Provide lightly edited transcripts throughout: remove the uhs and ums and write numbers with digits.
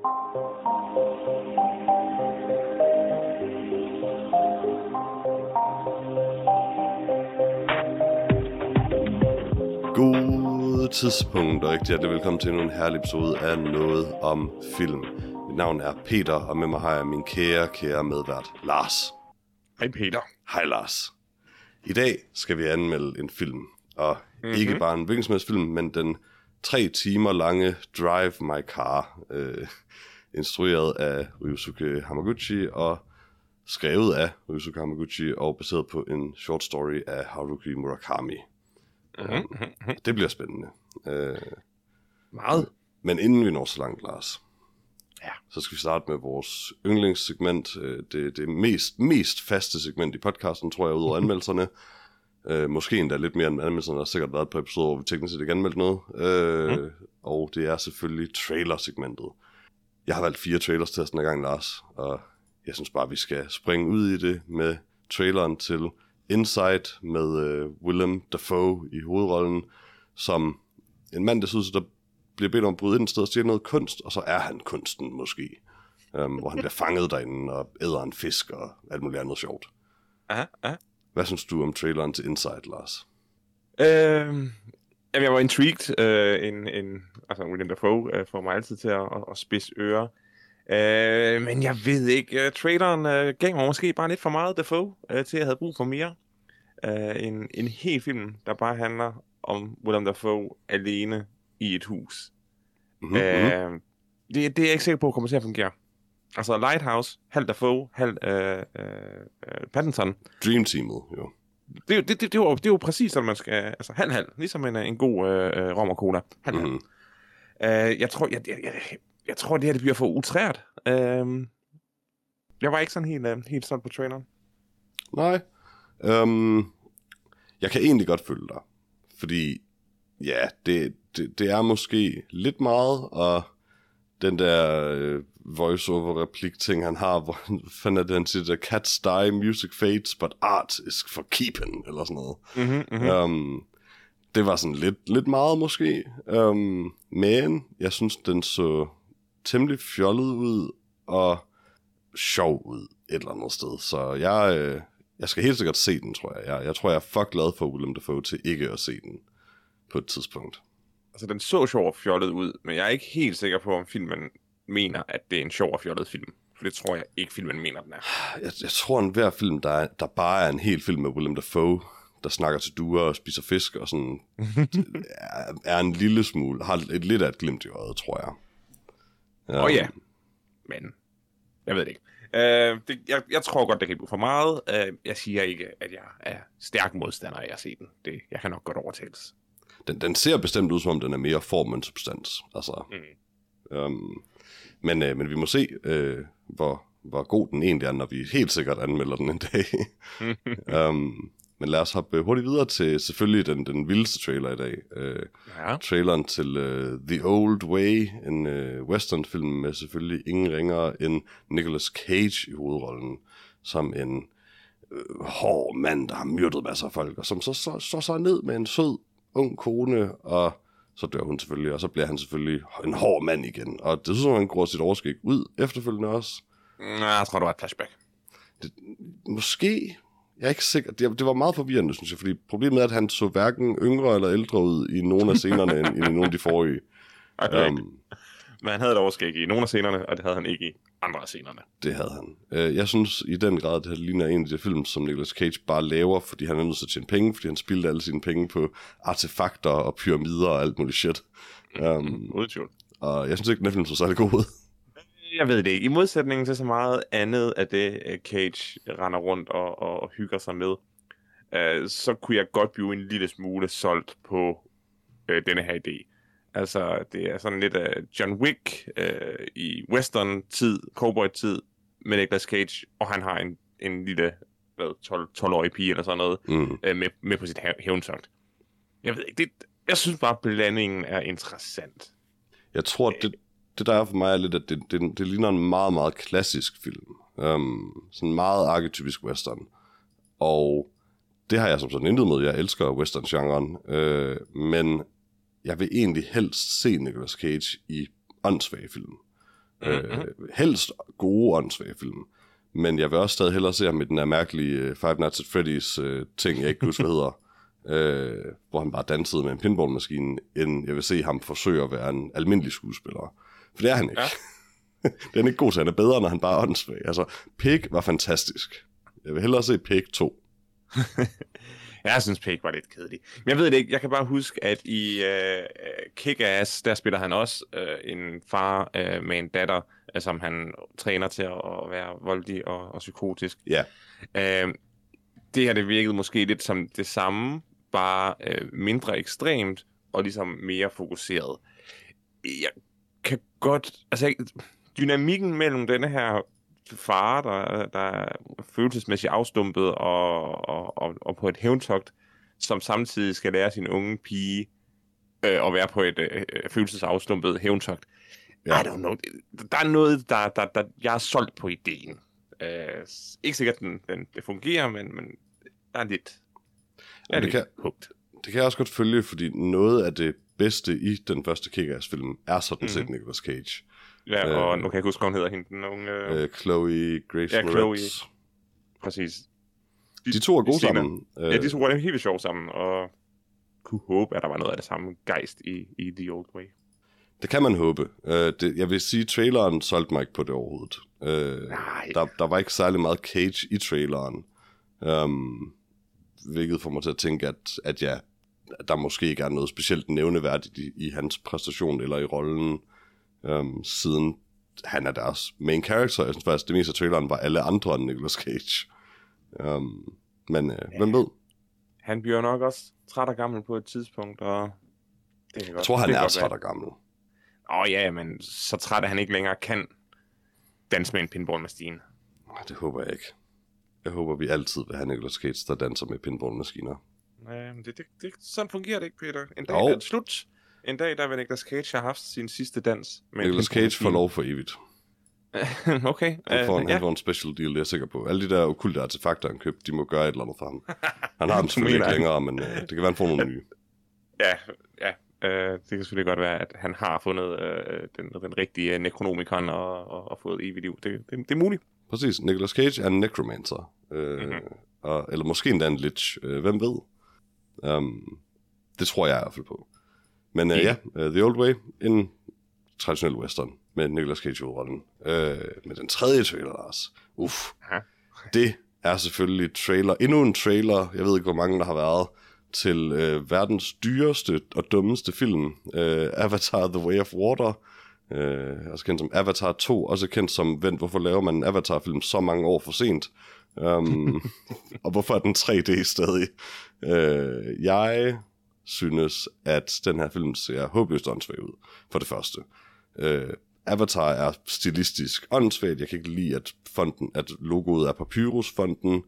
God tidspunkt, og rigtig hjertelig velkommen til endnu en herlig episode af Noget om Film. Mit navn er Peter, og med mig har jeg min kære medvært, Lars. Hej Peter. Hej Lars. I dag skal vi anmelde en film, og ikke bare en hvilken som helst film, men den 3 timer lange Drive My Car, instrueret af Ryusuke Hamaguchi og skrevet af Ryusuke Hamaguchi og baseret på en short story af Haruki Murakami. Det bliver spændende. Meget. Men inden vi når så langt, Lars, så skal vi starte med vores yndlingssegment. Det mest faste segment i podcasten, tror jeg, ud over anmeldelserne. Måske endda lidt mere end anmeldelserne. Der har sikkert været på episoder, hvor vi teknisk set ikke anmeldt noget. Og det er selvfølgelig trailersegmentet. Jeg har valgt 4 trailers til os den her gang, Lars. Og jeg synes bare, vi skal springe ud i det med traileren til Inside med Willem Dafoe i hovedrollen, som en mand, der synes, der bliver bedt om at bryde ind et sted og stjæle noget kunst, og så er han kunsten måske. Hvor han bliver fanget derinde og æder en fisk og alt muligt andet sjovt. Hvad synes du om traileren til Inside, Lars? Jeg var intrigued. Altså Willem Dafoe får mig altid til at spidse ører. Men jeg ved ikke. Traileren gav mig måske bare lidt for meget Dafoe, til at jeg havde brug for mere. En hel film, der bare handler om Willem Dafoe alene i et hus. Det er jeg ikke sikker på at komme til at fungere. Altså Lighthouse, halv Dafoe, halv Pattinson. Dream Teamet, jo. Det er jo præcis sådan, man skal. Altså halv, ligesom en god rom og cola. Halv. Jeg tror, det her det bliver for utrært. Jeg var ikke sådan helt sådan på traileren. Nej. Jeg kan egentlig godt følge dig. Fordi, ja, det er måske lidt meget, og den der voice-over-replik-ting, han har, hvor han siger, der cats die, music fades, but art is for keeping, eller sådan noget. Det var sådan lidt meget måske, men jeg synes, den så temmelig fjollet ud og sjov ud et eller andet sted. Så jeg skal helt sikkert se den, tror jeg. Jeg tror, jeg er for glad for Willem Dafoe til ikke at se den på et tidspunkt. Altså, den så sjov og fjollet ud, men jeg er ikke helt sikker på, om filmen mener, at det er en sjov og fjollet film. For det tror jeg ikke, filmen mener, den er. Jeg tror, at hver film, der bare er en hel film med Willem Dafoe, der snakker til duer og spiser fisk og sådan, er en lille smule, har lidt af et glimt i øjet, tror jeg. Ja, men jeg ved det ikke. Jeg tror godt, det kan blive for meget. Jeg siger ikke, at jeg er stærk modstander af at se den. Jeg kan nok godt overtales. Den ser bestemt ud, som om den er mere form end substans. Altså, men vi må se, hvor god den egentlig er, når vi helt sikkert anmelder den en dag. Men lad os hoppe hurtigt videre til selvfølgelig den vildeste trailer i dag. Traileren til The Old Way, en westernfilm med selvfølgelig ingen ringere end Nicolas Cage i hovedrollen, som en hård mand, der har myrdet masser af folk, og som så ned med en sød, ung kone, og så dør hun selvfølgelig, og så bliver han selvfølgelig en hård mand igen. Og det synes jeg, han går sit overskæg ud efterfølgende også. Jeg tror, det var et flashback. Måske. Jeg er ikke sikker. Det var meget forvirrende, synes jeg, fordi problemet er, at han så hverken yngre eller ældre ud i nogle af scenerne, end i nogle af de forrige. Men han havde et overskæg i nogle af scenerne, og det havde han ikke i andre af scenerne. Det havde han. Jeg synes i den grad, at det ligner en af de film, som Nicolas Cage bare laver, fordi han er nødt til at tjene penge, fordi han spildte alle sine penge på artefakter og pyramider og alt muligt shit. Og jeg synes ikke, den film så særlig god ud. Jeg ved det ikke. I modsætning til så meget andet af det, Cage render rundt og hygger sig med, så kunne jeg godt blive en lille smule solgt på denne her idé. Altså, det er sådan lidt af John Wick i western-tid, cowboy-tid, med Nicolas Cage, og han har en lille 12-årig pige eller sådan noget med på sit hævntogt. Jeg ved ikke, jeg synes bare, blandingen er interessant. Jeg tror, det der er for mig er lidt, at det ligner en meget, meget klassisk film. Sådan en meget arketypisk western. Og det har jeg som sådan intet med. Jeg elsker western-genren. Men jeg vil egentlig helst se Nicolas Cage i åndssvage film. Helst gode åndssvage film. Men jeg vil også stadig hellere se ham i den her mærkelige Five Nights at Freddy's ting, jeg ikke kan huske, hvad hedder. Hvor han bare dansede med en pinballmaskine, end jeg vil se ham forsøge at være en almindelig skuespiller. For det er han ikke. Ja. Den er ikke god til, han er bedre, når han bare er åndssvag. Altså, Pig var fantastisk. Jeg vil hellere se Pig 2. Jeg synes, Pig var lidt kedelig. Men jeg ved det ikke, jeg kan bare huske, at i Kick-Ass, der spiller han også en far med en datter, som han træner til at være voldelig og psykotisk. Ja. Det her, det virkede måske lidt som det samme, bare mindre ekstremt og ligesom mere fokuseret. Jeg kan godt... Altså, dynamikken mellem denne her far, der er følelsesmæssigt afstumpet og på et hævntogt, som samtidig skal lære sin unge pige at være på et følelsesafstumpet hævntogt. Ja. I don't know. Der er noget, der jeg er solgt på ideen. Ikke sikkert, det fungerer, men der er lidt... Det kan jeg også godt følge, fordi noget af det bedste i den første Kick-Ass-film er sådan set Nicolas Cage. Ja, og nu kan jeg ikke huske, hvad hun hedder hende, den unge... Chloe Grace Moretz. Chloe. Præcis. De to er gode sammen. Ja, de to er helt sjove sammen, og kunne håbe, at der var noget af det samme gejst i The Old Way. Det kan man håbe. Jeg vil sige, traileren solgte mig ikke på det overhovedet. Der var ikke særlig meget Cage i traileren. Hvilket får mig til at tænke, at der måske ikke er noget specielt nævneværdigt i hans præstation eller i rollen, siden han er deres main character. Jeg synes faktisk, det meste af traileren var alle andre end Nicolas Cage. Hvem ved? Han bliver nok også træt og gammel på et tidspunkt, og... Jeg tror, han er træt og gammel. Ja, men så træt, at han ikke længere kan danse med en pinballmaskine. Det håber jeg ikke. Jeg håber, vi altid vil have Nicolas Cage, der danser med pinballmaskiner. Men sådan fungerer det ikke, Peter. En dag er det slut. En dag, der vil Nicolas Cage have haft sin sidste dans. Nicolas Cage får lov for evigt. Okay. Han får en special deal, det er jeg sikker på. Alle de der okulte artefakter, han købte, de må gøre et eller andet for ham. Han har dem selvfølgelig ikke længere, men det kan være, han får nogle nye. Ja. Det kan selvfølgelig godt være, at han har fundet den rigtige Necronomicon og fået evigt liv. Det er muligt. Præcis. Nicolas Cage er en necromancer. Eller måske endda en lich. Hvem ved? Det tror jeg i hvert fald på. Men The Old Way, en traditionel western med Nicolas Cage i hovedrollen. Med den tredje trailer, Lars. Det er selvfølgelig endnu en trailer, jeg ved ikke, hvor mange der har været, til verdens dyreste og dummeste film, Avatar The Way of Water, også kendt som Avatar 2, også kendt som, hvorfor laver man en Avatar-film så mange år for sent? Og hvorfor er den 3D stadig? Jeg synes, at den her film ser håbløst åndssvag ud, for det første. Avatar er stilistisk åndssvagt. Jeg kan ikke lide, at logoet er Papyrus-fonten.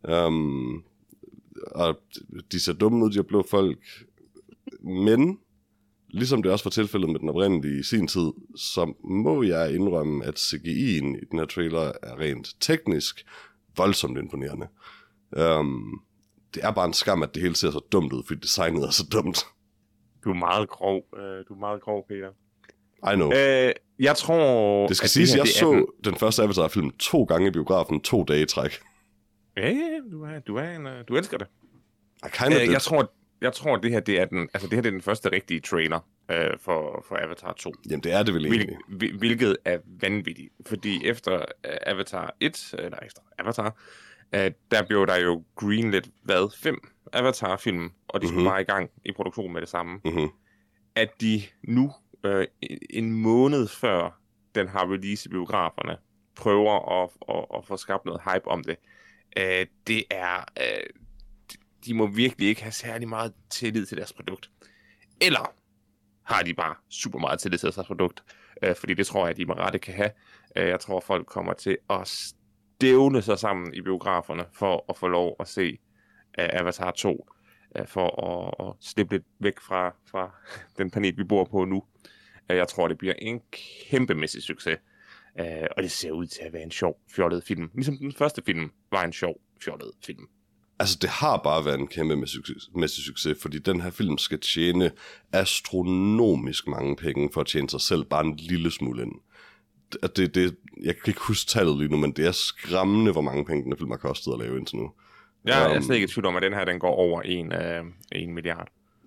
Og de ser dumme ud, de her blå folk. Men, ligesom det også var tilfældet med den oprindelige i sin tid, så må jeg indrømme, at CGI'en i den her trailer er rent teknisk voldsomt imponerende. Det er bare en skam, at det hele ser så dumt ud, fordi designet er så dumt. Du er meget grov, Peter. I know. Jeg tror... Det skal siges, jeg så den første Avatar-film 2 gange i biografen, 2 dage i træk. Ja, du elsker det. Jeg tror, det her det er den første rigtige trailer for Avatar 2. Jamen, det er det vel egentlig. Hvilket er vanvittigt, fordi efter Avatar 1, eller efter Avatar, der blev der jo greenlit, 5 Avatar-film, og de skulle bare i gang i produktion med det samme. At de nu, en måned før den har release i biograferne, prøver at få skabt noget hype om det. Det er... de må virkelig ikke have særlig meget tillid til deres produkt. Eller har de bare super meget tillid til deres produkt? Fordi det tror jeg, at de med rette kan have. Jeg tror, folk kommer til at stævne sig sammen i biograferne for at få lov at se Avatar 2. For at slippe lidt væk fra den planet, vi bor på nu. Jeg tror, det bliver en kæmpemæssig succes. Og det ser ud til at være en sjov, fjollet film. Ligesom den første film var en sjov, fjollet film. Altså, det har bare været en kæmpemæssig succes, fordi den her film skal tjene astronomisk mange penge for at tjene sig selv bare en lille smule ind. at jeg kan ikke huske tallet lige nu, men det er skræmmende, hvor mange penge den film har kostet at lave indtil nu. Jeg er slet ikke i tvivl om, at den her den går over 1 milliard.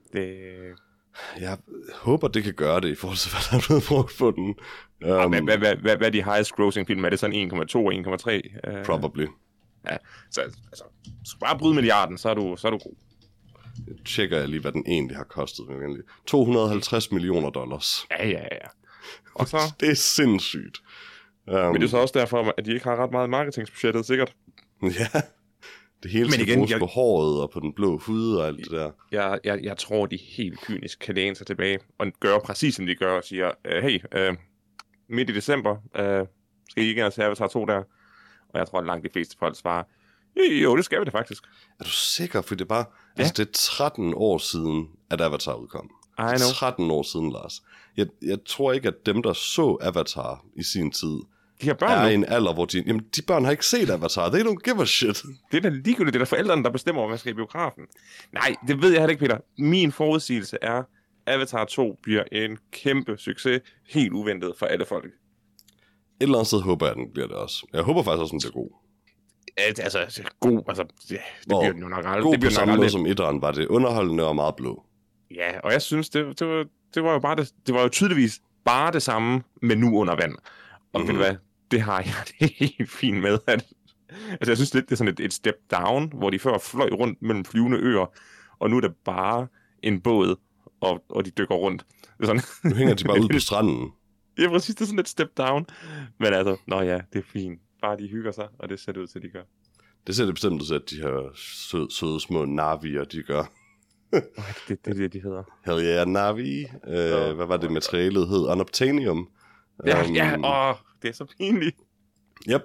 Jeg håber, det kan gøre det i forhold til, hvad der er blevet brugt på den. Hvad er de highest grossing film? Er det sådan 1,2 og 1,3? Probably. Ja, så altså, skal bare bryde milliarden, så er du god. Jeg tjekker jeg lige, hvad den egentlig har kostet. $250 millioner. Ja. Og så... Det er sindssygt. Men det er så også derfor, at de ikke har ret meget marketingsbudgettet, sikkert. Ja, det hele skal bruges på håret og på den blå hud og alt det der. Jeg tror, de helt kynisk kan læne sig tilbage og gøre præcis, som de gør og siger, hey, midt i december, skal I ikke gerne se Avatar 2 der? Og jeg tror, at langt de fleste folk svarer, jo, det skal vi da faktisk. Er du sikker? For det er bare, altså det er 13 år siden, at Avatar udkom. I know. 13 år siden, Lars. Jeg tror ikke, at dem, der så Avatar i sin tid, de har børn er nu. i en alder, hvor de børn har ikke set Avatar. They don't give a shit. Det er da ligegyldigt. Det er da forældrene, der bestemmer, hvad skal i biografen. Nej, det ved jeg heller ikke, Peter. Min forudsigelse er, Avatar 2 bliver en kæmpe succes, helt uventet for alle folk. Et eller andet sted håber jeg, at den bliver det også. Jeg håber faktisk også, at den bliver god. Altså, god, altså, det bliver den jo nok aldrig. God det bliver på samme måde som etteren var det underholdende og meget blå. Ja, og jeg synes, det var jo bare det var jo tydeligvis bare det samme, men nu under vand. Og ved du hvad, det har jeg det helt fint med. Altså, jeg synes lidt, det er sådan et step down, hvor de før fløj rundt mellem flyvende øer, og nu er det bare en båd, og de dykker rundt. Det er sådan... Nu hænger de bare ud på stranden. Ja, præcis, det er sådan et step down. Men altså, det er fint. Bare de hygger sig, og det ser det ud til, de gør. Det ser det bestemt ud til, at de her søde små navier, de gør. Det er det, de hedder. Hell yeah, Navi. Hvad var det materialet hed? Unobtainium. Ja, det er så pinligt. Yep.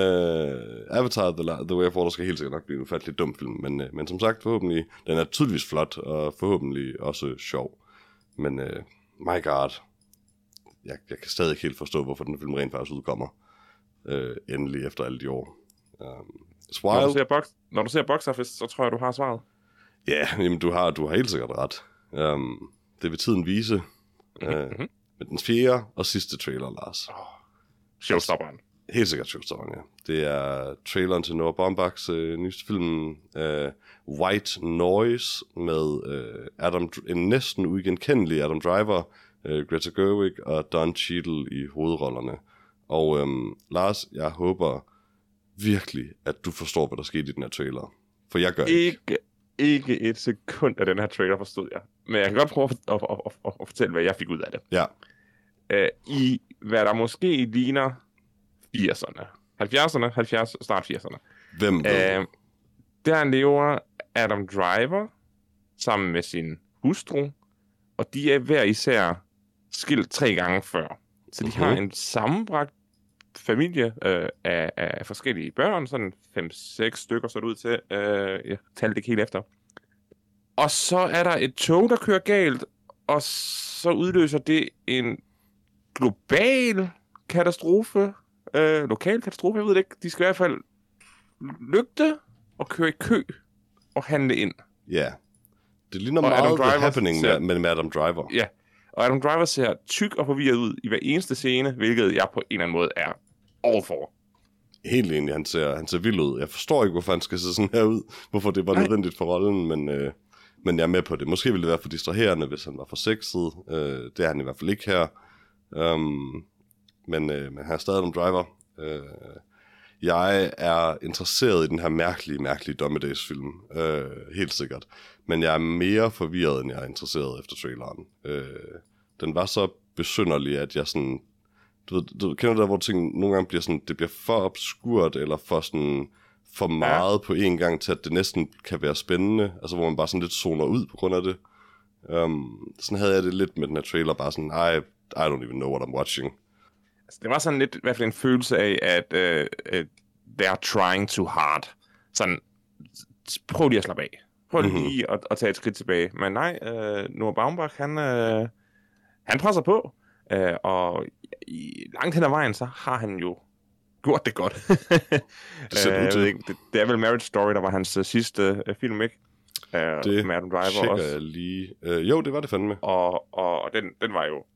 Avatar The Way of Water skal helt sikkert nok blive en ufattelig dum film, men som sagt, forhåbentlig, den er tydeligvis flot, og forhåbentlig også sjov. Men my god, jeg kan stadig ikke helt forstå, hvorfor den film rent faktisk udkommer. Endelig efter alle de år. Når du ser Box Office, så tror jeg, du har svaret. Ja, jamen du har helt sikkert ret. Det vil tiden vise. Med den 4. og sidste trailer, Lars. Showstopperen. Helt sikkert Showstopperen, ja. Det er traileren til Noah Baumbachs nyeste film, White Noise, med en næsten uigenkendelig Adam Driver, Greta Gerwig og Don Cheadle i hovedrollerne. Og Lars, jeg håber virkelig, at du forstår, hvad der skete i den her trailer. For jeg gør ikke et sekund af den her trailer forstod jeg. Men jeg kan godt prøve at fortælle, hvad jeg fik ud af det. Ja. I hvad der måske ligner 80'erne. 70'erne, start 80'erne. Hvem ved? Der lever Adam Driver sammen med sin hustru, og de er hver især skilt 3 gange før. Så de har en sammenbragt familie af forskellige børn, sådan 5-6 stykker så det ud til. Jeg talte ikke helt efter. Og så er der et tog, der kører galt, og så udløser det en global katastrofe, lokal katastrofe, jeg ved det ikke. De skal i hvert fald lygte og køre i kø og handle ind. Ja, det ligner meget The Happening med Adam Driver. Ja, og Adam Driver ser tyk og forvirret ud i hver eneste scene, hvilket jeg på en eller anden måde er overfor. Helt enig, han ser vild ud. Jeg forstår ikke, hvorfor han skal se sådan her ud. Hvorfor det var nødvendigt for rollen, men jeg er med på det. Måske ville det være for distraherende, hvis han var for sexet. Det er han i hvert fald ikke her. Men han er stadig Adam Driver. Jeg er interesseret i den her mærkelige dommedagsfilm. Helt sikkert. Men jeg er mere forvirret, end jeg er interesseret efter traileren. Den var så besynderlig, at jeg sådan... Du kender der, hvor ting nogle gange bliver sådan... Det bliver for obskurt, eller for meget på en gang, til at det næsten kan være spændende. Altså, hvor man bare sådan lidt zoner ud på grund af det. Sådan havde jeg det lidt med den her trailer. Bare sådan, I don't even know what I'm watching. Altså, det var sådan lidt, i hvert fald en følelse af, at they're trying too hard. Sådan, prøv lige at slappe af. Prøv lige at tage et skridt tilbage. Men nej, Noah Baumbach, han presser på. Og langt hen ad vejen, så har han jo gjort det godt. Det er vel Marriage Story, der var hans sidste film, ikke? Det med Adam Driver også. Jeg lige. Jo, det var det fandme. Og den var jo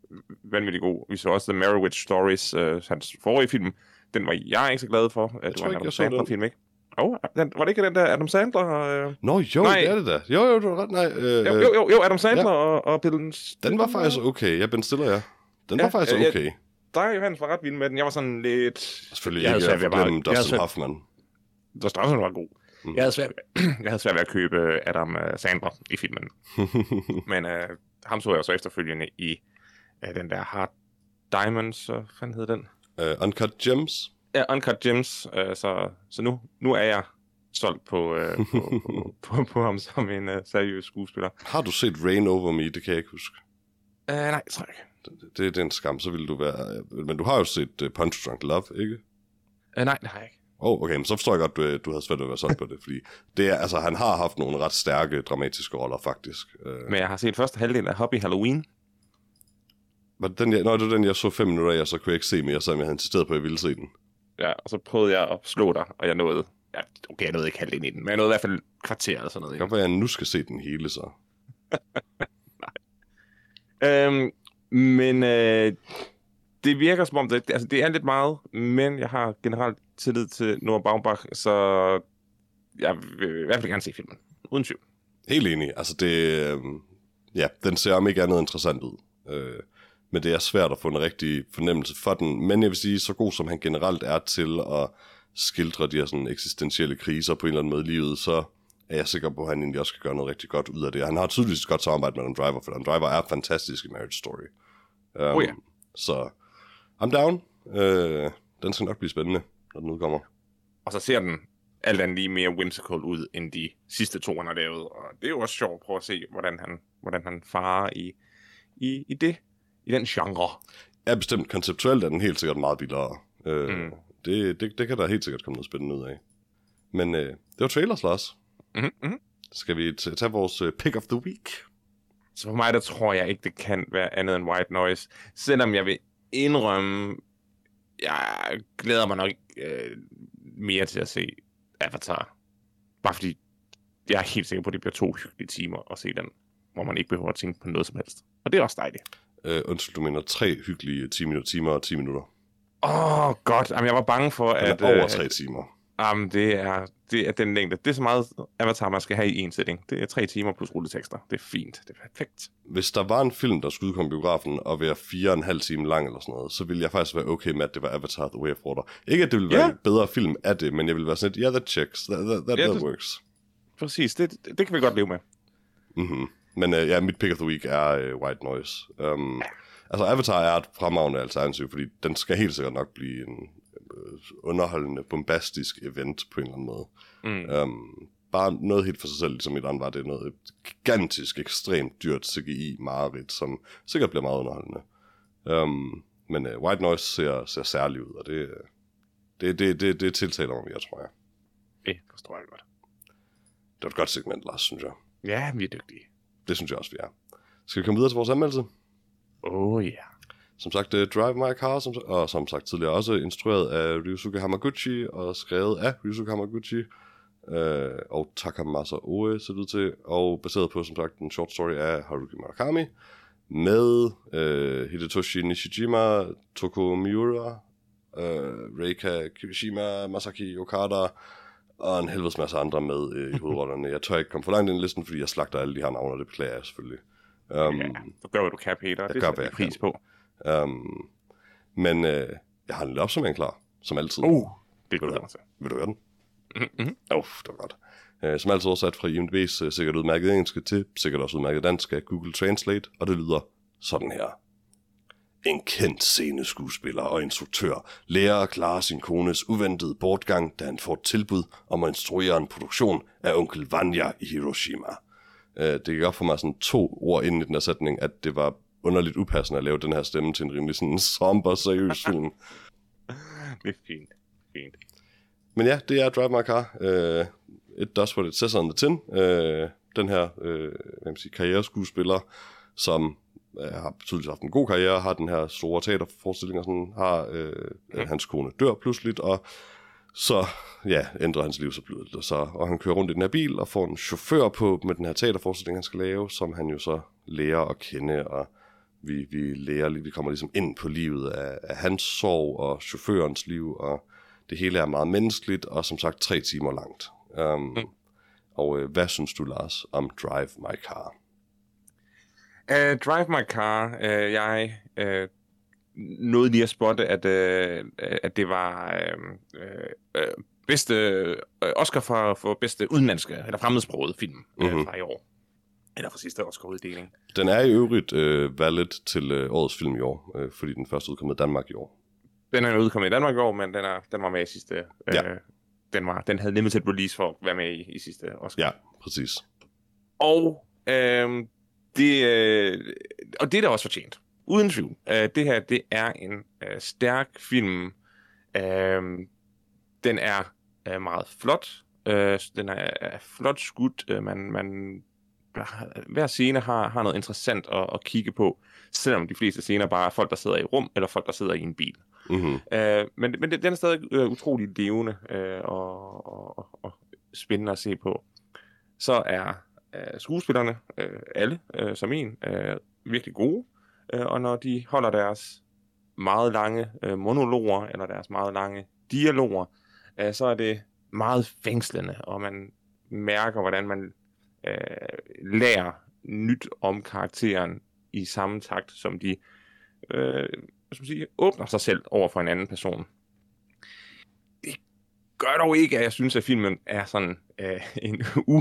vanvittig god. Vi så også The Marriage Stories, hans forrige film. Den var jeg ikke så glad for. Jeg tror ikke, jeg så den. Film, ikke? Var det ikke den der Adam Sandler? Nå, jo, nej. Det er det da. Jo, du har ret. Nej, jo, Adam Sandler og Bill... Den var faktisk okay. Ja, Ben Stiller, ja. Den var faktisk okay. Der Johannes var ret vild med den. Jeg var sådan lidt... Selvfølgelig ikke at forglemme Dustin Hoffman. Dustin Hoffman var god. Jeg havde svært ved at købe Adam Sandler i filmen. Men ham så jeg så efterfølgende i den der Hard Diamonds, hvad fanden hed den? Uncut Gems. Ja, Uncut Gems. Så nu er jeg solgt på ham som en seriøs skuespiller. Har du set Rain Over Me? Det kan jeg ikke huske. Nej, tror jeg ikke. Det er en skam, så ville du være... Men du har jo set Punch Drunk Love, ikke? Nej, det har jeg ikke. Okay, men så forstår jeg godt, du havde svært at være solgt på det, fordi det er, altså, han har haft nogle ret stærke, dramatiske roller, faktisk. Men jeg har set første halvdel af Hobby Halloween. Var det det var den, jeg så 5 minutter af, og så kunne jeg ikke se mere, selvom jeg havde insisteret på, at jeg ville se den. Ja, og så prøvede jeg at slå dig, og jeg nåede... Ja, okay, jeg nåede ikke halvdelen i den, men jeg nåede i hvert fald kvarteret og sådan noget. Det kan godt være, at jeg nu skal se den hele, så. Nej. Men det virker som om, det er lidt meget, men jeg har generelt tillid til Noah Baumbach, så jeg vil i hvert fald gerne se filmen. Uden tvivl. Helt enig. Altså det... ja, den ser om ikke andet interessant ud. Men det er svært at få en rigtig fornemmelse for den. Men jeg vil sige, så god som han generelt er til at skildre de her sådan eksistentielle kriser på en eller anden måde i livet, så er jeg sikker på, at han egentlig også kan gøre noget rigtig godt ud af det. Han har tydeligvis et godt samarbejde med Adam Driver, for Adam Driver er fantastisk i Marriage Story. Ja. Så I'm down. Den skal nok blive spændende, når den udkommer. Og så ser den alt andet lige mere whimsical ud, end de sidste 2, han har lavet. Og det er jo også sjovt at prøve at se, hvordan han farer i den genre. Ja, bestemt. Konceptuelt er den helt sikkert meget vildere. Det kan der helt sikkert komme noget spændende ud af. Men det var trailers, Lars. Mm-hmm. Skal vi tage vores pick of the week? Så for mig, der tror jeg ikke, det kan være andet end White Noise. Selvom jeg vil indrømme, jeg glæder mig nok mere til at se Avatar. Bare fordi jeg er helt sikker på, at det bliver 2 hyggelige timer at se den, hvor man ikke behøver at tænke på noget som helst. Og det er også dejligt. Undskyld, du mener 3 hyggelige timer og 10 minutter? Godt. Jamen, jeg var bange for, at... over 3 timer. Jamen, det er den længde. Det er så meget Avatar, man skal have i en sætning. Det er 3 timer plus rulletekster. Det er fint. Det er perfekt. Hvis der var en film, der skulle udkomme i biografen og være 4,5 timer lang eller sådan noget, så ville jeg faktisk være okay med, at det var Avatar The Way of Water. Ikke, at det ville være en bedre film af det, men jeg ville være sådan lidt, that checks. That works. Præcis. Det kan vi godt leve med. Mm-hmm. Men mit pick of the week er White Noise. Altså, Avatar er et fremragende alternativ, fordi den skal helt sikkert nok blive en underholdende, bombastisk event på en eller anden måde. Bare noget helt for sig selv, ligesom et andet var. Det er noget gigantisk, ekstremt dyrt CGI mareridt, som sikkert bliver meget underholdende. Men White Noise ser særlig ud, og det tiltaler mig mere, tror jeg. Det forstår jeg godt. Det var et godt segment, Lars, synes jeg. Ja, vi er dygtige. Det synes jeg også, vi er. Skal vi komme videre til vores anmeldelse? Ja. Som sagt, Drive My Car, og som sagt tidligere også instrueret af Ryusuke Hamaguchi, og skrevet af Ryusuke Hamaguchi, og Takamasa Oe, ser det ud til, og baseret på, som sagt, en short story af Haruki Murakami, med Hidetoshi Nishijima, Toko Miura, Reika Kirishima, Masaki Okada, og en helvedes masse andre med i hovedrollerne. Jeg tør ikke komme for langt ind i listen, fordi jeg slagter alle de her navne, og det beklager jeg selvfølgelig. Så gør, hvad du kan, Peter. Det er pris på. Men jeg har en opsummering klar, som altid. Det kan du gøre til. Vil du høre den? Mm-hmm. Det var godt. Som altid oversat fra IMDb's sikkert udmærket engelske til sikkert også udmærket dansk af Google Translate, og det lyder sådan her. En kendt sceneskuespiller og instruktør lærer at klare sin kones uventede bortgang, da han får et tilbud om at instruere en produktion af Onkel Vanya i Hiroshima. Det gik op for mig sådan 2 ord inden i den her sætning, at det var underligt upassende at lave den her stemme til en rimelig sådan somber, seriøs film. Det er fint. Men ja, det er Drive My Car. It does what it says on the tin. Den her karriereskuespiller, som har tydeligvis haft en god karriere, har den her store teaterforestilling, og sådan, har hans kone dør pludseligt, og så ændrer hans liv så pludselig. Og han kører rundt i den her bil og får en chauffør på med den her teaterforestilling, han skal lave, som han jo så lærer at kende og vi kommer ligesom ind på livet af hans sorg og chaufførens liv, og det hele er meget menneskeligt, og som sagt 3 timer langt. Og hvad synes du, Lars, om Drive My Car? Drive My Car, jeg nåede lige at spotte, at det var bedste Oscar for bedste udenlandske, eller fremmedsproget film fra i år. Eller fra sidste Oscar-uddeling. Den er i øvrigt valgt til årets film i år, fordi den første udkom i Danmark i år. Den er udkommet i Danmark i år, men den var med i sidste... Den havde limited release for at være med i sidste Oscar. Ja, præcis. Og det er da også fortjent. Uden tvivl. Det her, det er en stærk film. Den er meget flot. Den er flot skudt. Hver scene har noget interessant at kigge på, selvom de fleste scener bare er folk, der sidder i rum, eller folk, der sidder i en bil. Mm-hmm. Men den er stadig utrolig levende og spændende at se på. Så er skuespillerne, alle som en, virkelig gode, og når de holder deres meget lange monologer, eller deres meget lange dialoger, så er det meget fængslende, og man mærker, hvordan man lærer nyt om karakteren i samme takt, som de åbner sig selv over for en anden person. Det gør dog ikke, at jeg synes, at filmen er sådan en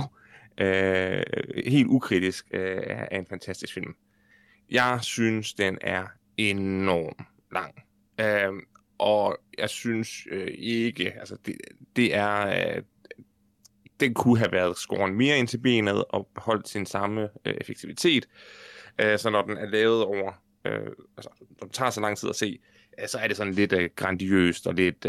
helt ukritisk af en fantastisk film. Jeg synes, den er enormt lang. Og jeg synes ikke, altså det er... Den kunne have været skåret mere ind til benet og beholdt sin samme effektivitet. Så når den er lavet over... når den tager så lang tid at se, så er det sådan lidt grandiøst og lidt...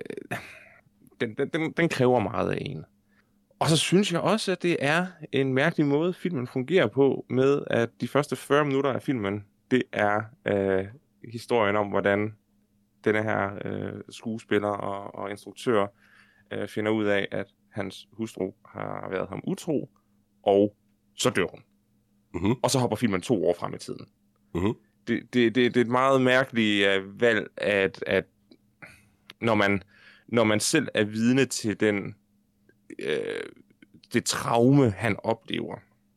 Den kræver meget af en. Og så synes jeg også, at det er en mærkelig måde, filmen fungerer på, med at de første 40 minutter af filmen, det er historien om, hvordan denne her skuespiller og instruktør finder ud af, at hans hustru har været ham utro, og så dør hun. Mm-hmm. Og så hopper filmen 2 år frem i tiden. Mm-hmm. Det er et meget mærkeligt valg, at når man selv er vidne til det traume, han oplever,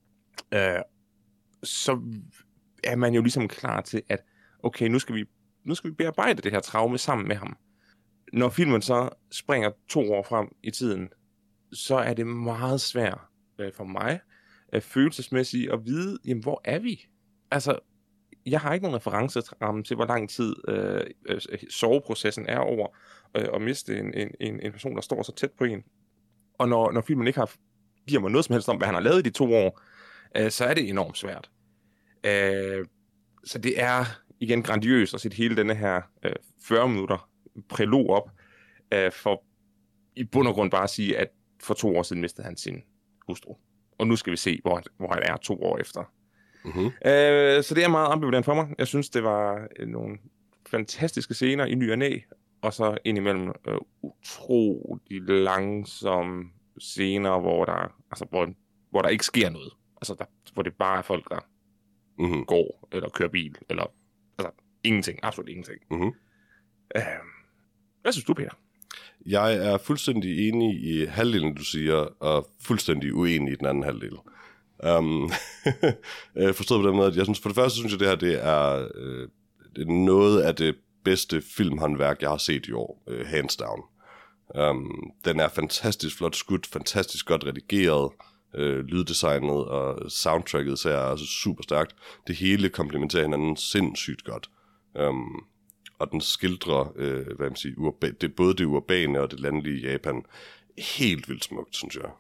så er man jo ligesom klar til, at okay, nu skal vi bearbejde det her traume sammen med ham. Når filmen så springer 2 år frem i tiden, så er det meget svært for mig følelsesmæssigt at vide, jamen, hvor er vi? Altså, jeg har ikke nogen referenceramme til, hvor lang tid soveprocessen er over at miste en person, der står så tæt på en. Og når filmen ikke giver mig noget som helst om, hvad han har lavet i de 2 år, så er det enormt svært. Så det er igen grandiøst at sætte hele denne her 40 minutter prolog op, for i bund og grund bare at sige, at for 2 år siden mistede han sin hustru. Og nu skal vi se, hvor han er 2 år efter. Mm-hmm. Så det er meget ambivalent for mig. Jeg synes, det var nogle fantastiske scener i ny og næ, og så indimellem utrolig langsomme scener, hvor der ikke sker noget. Altså, hvor det bare er folk, der går, eller kører bil, eller ingenting, absolut ingenting. Mm-hmm. Hvad synes du, Peter? Jeg er fuldstændig enig i halvdelen, du siger, og fuldstændig uenig i den anden halvdel. Forstået på den måde, at jeg synes, for det første synes jeg, det her det er noget af det bedste filmhåndværk, jeg har set i år, hands down. Den er fantastisk flot skudt, fantastisk godt redigeret, lyddesignet og soundtracket så er altså super stærkt. Det hele komplementerer hinanden sindssygt godt. Og den skildrer, hvad man siger, det både det urbane og det landlige Japan helt vildt smukt, synes jeg.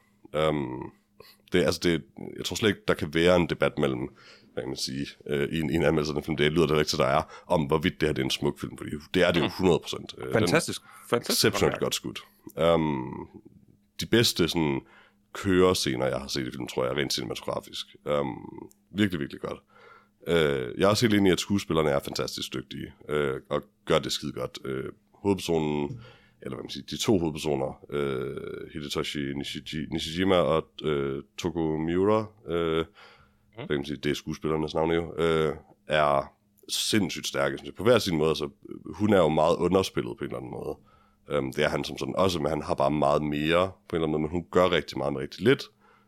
Jeg tror slet ikke, der kan være en debat mellem, hvad kan man sige, i en anmeldelse af den film, det lyder det rigtigt, der er, om hvorvidt det her det er en smuk film, fordi det er det jo 100%. Fantastisk. Exceptionelt godt skudt. De bedste sådan kørescener, jeg har set i filmen, tror jeg er rent cinematografisk. Virkelig, virkelig godt. Jeg er også helt enig i, at skuespillerne er fantastisk dygtige, og gør det skide godt. Hovedpersonen, eller hvad man siger, de 2 hovedpersoner, Hidetoshi Nishijima og Toko Miura, hvad man siger, det er skuespillernes navne jo, er sindssygt stærke, synes jeg. På hver sin måde, så hun er jo meget underspillet på en eller anden måde. Det er han som sådan også, men han har bare meget mere på en eller anden måde, men hun gør rigtig meget med rigtig lidt.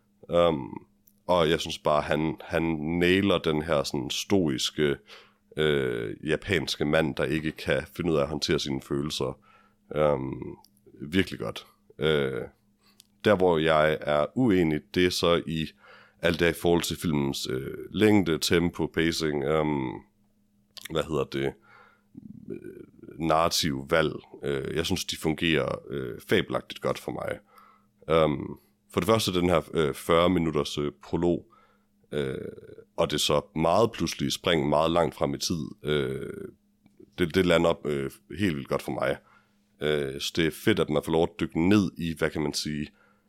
Og jeg synes bare, han nailer den her sådan stoiske japanske mand, der ikke kan finde ud af at håndtere sine følelser. Virkelig godt. Der hvor jeg er uenig, det er så i alt det i forhold til filmens længde, tempo, pacing, narrativ valg. Jeg synes, de fungerer fabelagtigt godt for mig. For det første den her 40 minutters prolog, og det så meget pludselig spring meget langt frem i tid. Det lander op helt vildt godt for mig. Så det er fedt, at man får lov at dykke ned i, hvad kan man sige,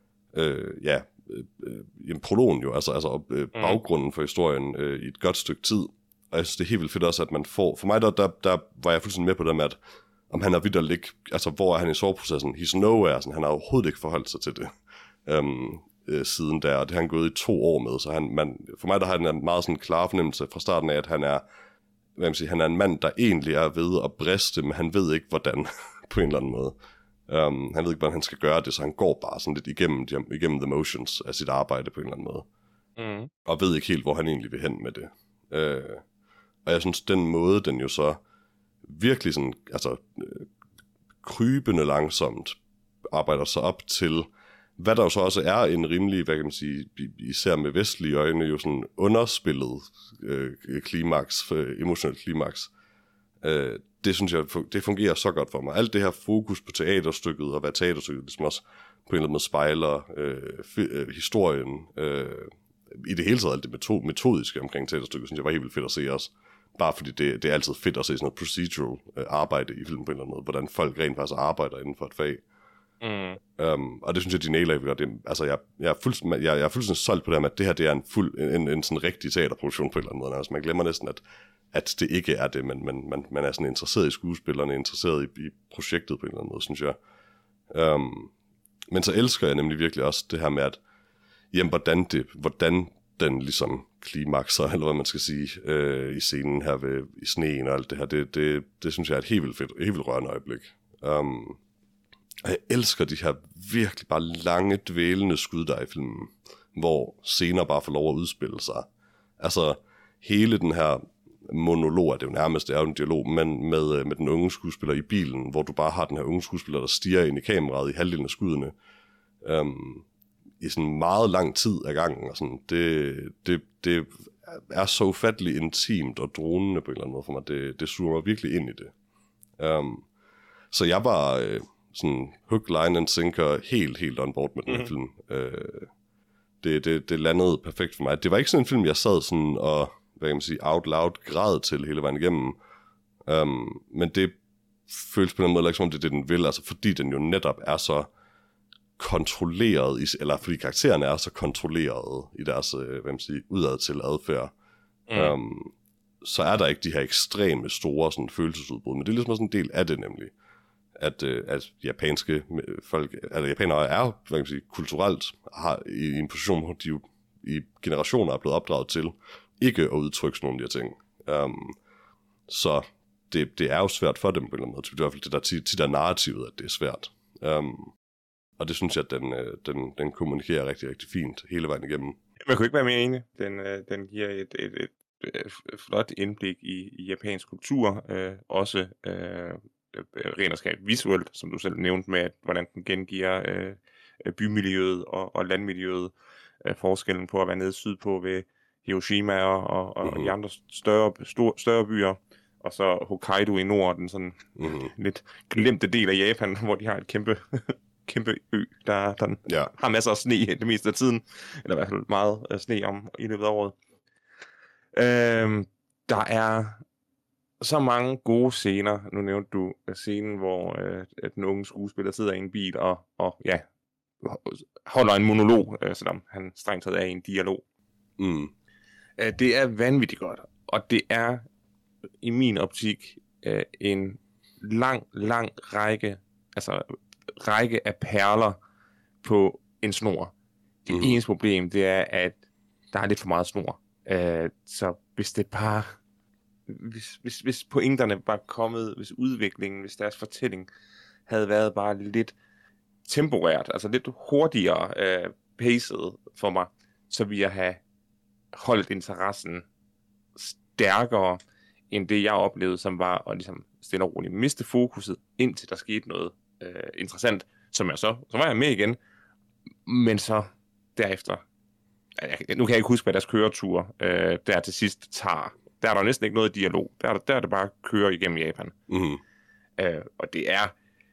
prologen jo, altså baggrunden for historien i et godt stykke tid. Og jeg synes, det er helt vildt fedt også, at man får... For mig, der var jeg fuldstændig med på det med, at om han er vitterlig... Altså, hvor er han i soveprocessen? He's nowhere. Sådan, han har overhovedet ikke forholdt sig til det siden der, og det har han gået i 2 år med. Så for mig, der har han en meget sådan klar fornemmelse fra starten af, at han er... Hvad man siger, han er en mand, der egentlig er ved at briste, men han ved ikke, hvordan, på en eller anden måde. Han ved ikke, hvordan han skal gøre det, så han går bare sådan lidt igennem the motions af sit arbejde på en eller anden måde. Og ved ikke helt, hvor han egentlig vil hen med det. Og jeg synes, den måde, den jo så virkelig sådan, altså krybende langsomt arbejder sig op til, hvad der jo så også er en rimelig, hvad kan man sige, især med vestlige øjne, jo sådan underspillet klimaks, emotionelt klimaks. Det synes jeg, det fungerer så godt for mig. Alt det her fokus på teaterstykket, og hvad teaterstykket ligesom også på en eller anden måde spejler historien, i det hele taget alt det metodiske omkring teaterstykket, synes jeg var helt vildt fedt at se også. Bare fordi det er altid fedt at se sådan noget procedural arbejde i filmen på en eller anden måde, hvordan folk rent faktisk arbejder inden for et fag. Og det synes jeg, de nailer godt. Altså, jeg er fuldstændig solgt på det her med, at det her det er en sådan rigtig teaterproduktion på en eller anden måde. Altså, man glemmer næsten, at det ikke er det, men man er sådan interesseret i skuespillerne, interesseret i projektet på en eller anden måde, synes jeg. Men så elsker jeg nemlig virkelig også det her med, at jamen, hvordan den ligesom klimakser, eller hvad man skal sige, i scenen her i sneen og alt det her, det synes jeg er et helt vildt rørende øjeblik. Og jeg elsker de her virkelig bare lange, dvælende skud der i filmen, hvor scener bare får lov at udspille sig. Altså, hele den her monolog, det er jo nærmest en dialog, men med den unge skuespiller i bilen, hvor du bare har den her unge skuespiller, der stiger ind i kameraet i halvdelen af skuddene, i sådan meget lang tid ad gangen, og sådan, det er så ufatteligt intimt og dronende på en eller anden måde for mig. Det suger mig virkelig ind i det. Så jeg var sådan hook, line and sinker helt on board med den her film. Det landede perfekt for mig. Det var ikke sådan en film, jeg sad sådan og, hvad kan man sige, out loud græd til hele vejen igennem. Men det føles på den måde, som om det er det, den vil, altså fordi den jo netop er så kontrolleret, eller fordi karaktererne er så kontrolleret i deres, hvad man siger, udad til adfærd. Så er der ikke de her ekstreme store sådan, følelsesudbrud, men det er ligesom også en del af det nemlig. At japanske folk, altså japanere er, hvad kan man sige, kulturelt har i en position, hvor de jo i generationer er blevet opdraget til ikke at udtrykke sådan nogle af de her ting. Så det er jo svært for dem på en eller anden måde. Det er i hvert fald det der tit er narrativet, at det er svært. Og det synes jeg, at den kommunikerer rigtig, rigtig fint hele vejen igennem. Man kunne ikke være mere enig. Den giver et flot indblik i japansk kultur, også rent og skab visuelt, som du selv nævnte med, hvordan den gengiver bymiljøet og landmiljøet, forskellen på at være nede sydpå ved Hiroshima og de andre større byer, og så Hokkaido i nord, den sådan lidt glemte del af Japan, hvor de har et kæmpe ø, der har masser af sne det meste af tiden, eller i hvert fald meget sne i løbet af året. Der er så mange gode scener. Nu nævnte du scenen, hvor den unge skuespiller sidder i en bil og holder en monolog, selvom han strengt taget er i en dialog. Det er vanvittigt godt, og det er i min optik en lang række af perler på en snor. Det eneste problem, det er, at der er lidt for meget snor. Så hvis det bare hvis pointerne var kommet, hvis udviklingen, hvis deres fortælling havde været bare lidt temporært, altså lidt hurtigere paced for mig, så ville jeg have holdt interessen stærkere end det, jeg oplevede, som var at ligesom stille og roligt miste fokuset, indtil der skete noget interessant, så var jeg med igen, men så derefter, nu kan jeg ikke huske, hvad deres køretur der til sidst tager. Der er der næsten ikke noget dialog. Der er det bare kører igennem Japan. Mm-hmm. Og det er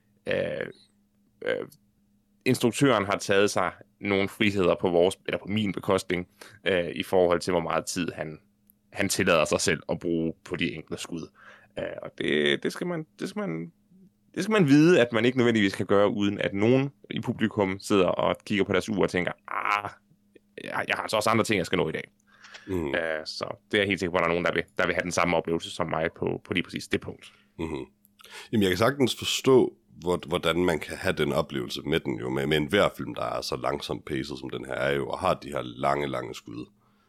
instruktøren har taget sig nogle friheder på på min bekostning i forhold til, hvor meget tid han tillader sig selv at bruge på de enkelte skud. Og det skal man vide, at man ikke nødvendigvis kan gøre, uden at nogen i publikum sidder og kigger på deres ur og tænker, jeg har altså også andre ting, jeg skal nå i dag. Mm-hmm. Så det er jeg helt sikker på, at der er nogen, der vil have den samme oplevelse som mig på lige præcis det punkt. Mm-hmm. Jamen, jeg kan sagtens forstå, hvordan man kan have den oplevelse med den jo, med enhver film, der er så langsomt paced, som den her er jo, og har de her lange skud.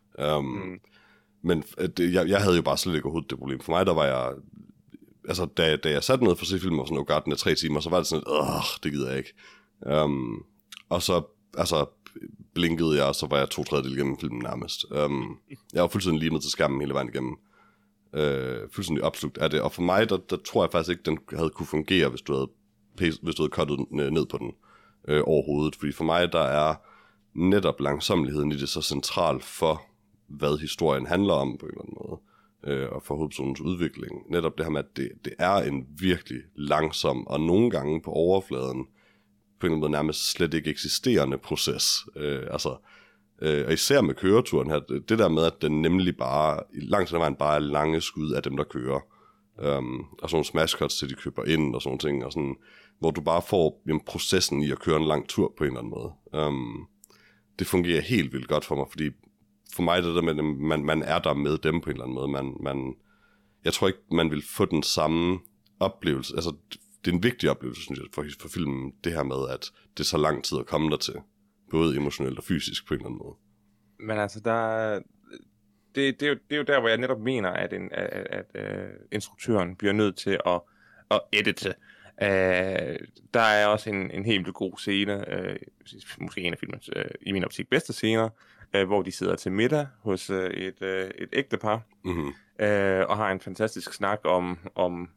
Men jeg havde jo bare slet ikke overhovedet det problem. For mig, der var jeg... Altså, da jeg satte ned for at se filmen, og sådan, den er 3 timer, så var det sådan lidt, det gider jeg ikke. Og så, altså, blinkede jeg, og så var jeg 2/3 igennem filmen nærmest. Jeg var fuldstændig limet til skærmen hele vejen igennem. Fuldstændig opslugt af det. Og for mig, der tror jeg faktisk ikke, den havde kunne fungere, hvis du havde cuttet ned på den overhovedet. Fordi for mig, der er netop langsommeligheden i det så central for, hvad historien handler om på en eller anden måde. Og for hovedpersonens udvikling. Netop det her med, at det er en virkelig langsom, og nogle gange på overfladen, på en eller anden måde nærmest slet ikke eksisterende proces. Og især med køreturen her, det der med, at den nemlig bare, langt hen ad vejen bare er lange skud af dem, der kører. Og sådan nogle smash cuts til de køber ind, og sådan ting, og sådan, hvor du bare får processen i at køre en lang tur på en eller anden måde. Det fungerer helt vildt godt for mig, fordi for mig det der med, at man er der med dem på en eller anden måde. Jeg tror ikke, man vil få den samme oplevelse. Altså, det er en vigtig oplevelse, synes jeg, for filmen, det her med, at det er så lang tid at komme der til. Både emotionelt og fysisk på en eller anden måde. Men altså, det er jo der, hvor jeg netop mener, at instruktøren bliver nødt til at edite. Der er også en helt vildt god scene, måske en af filmens, i min optik, bedste scener, hvor de sidder til middag hos et ægtepar, mm-hmm. Og har en fantastisk snak om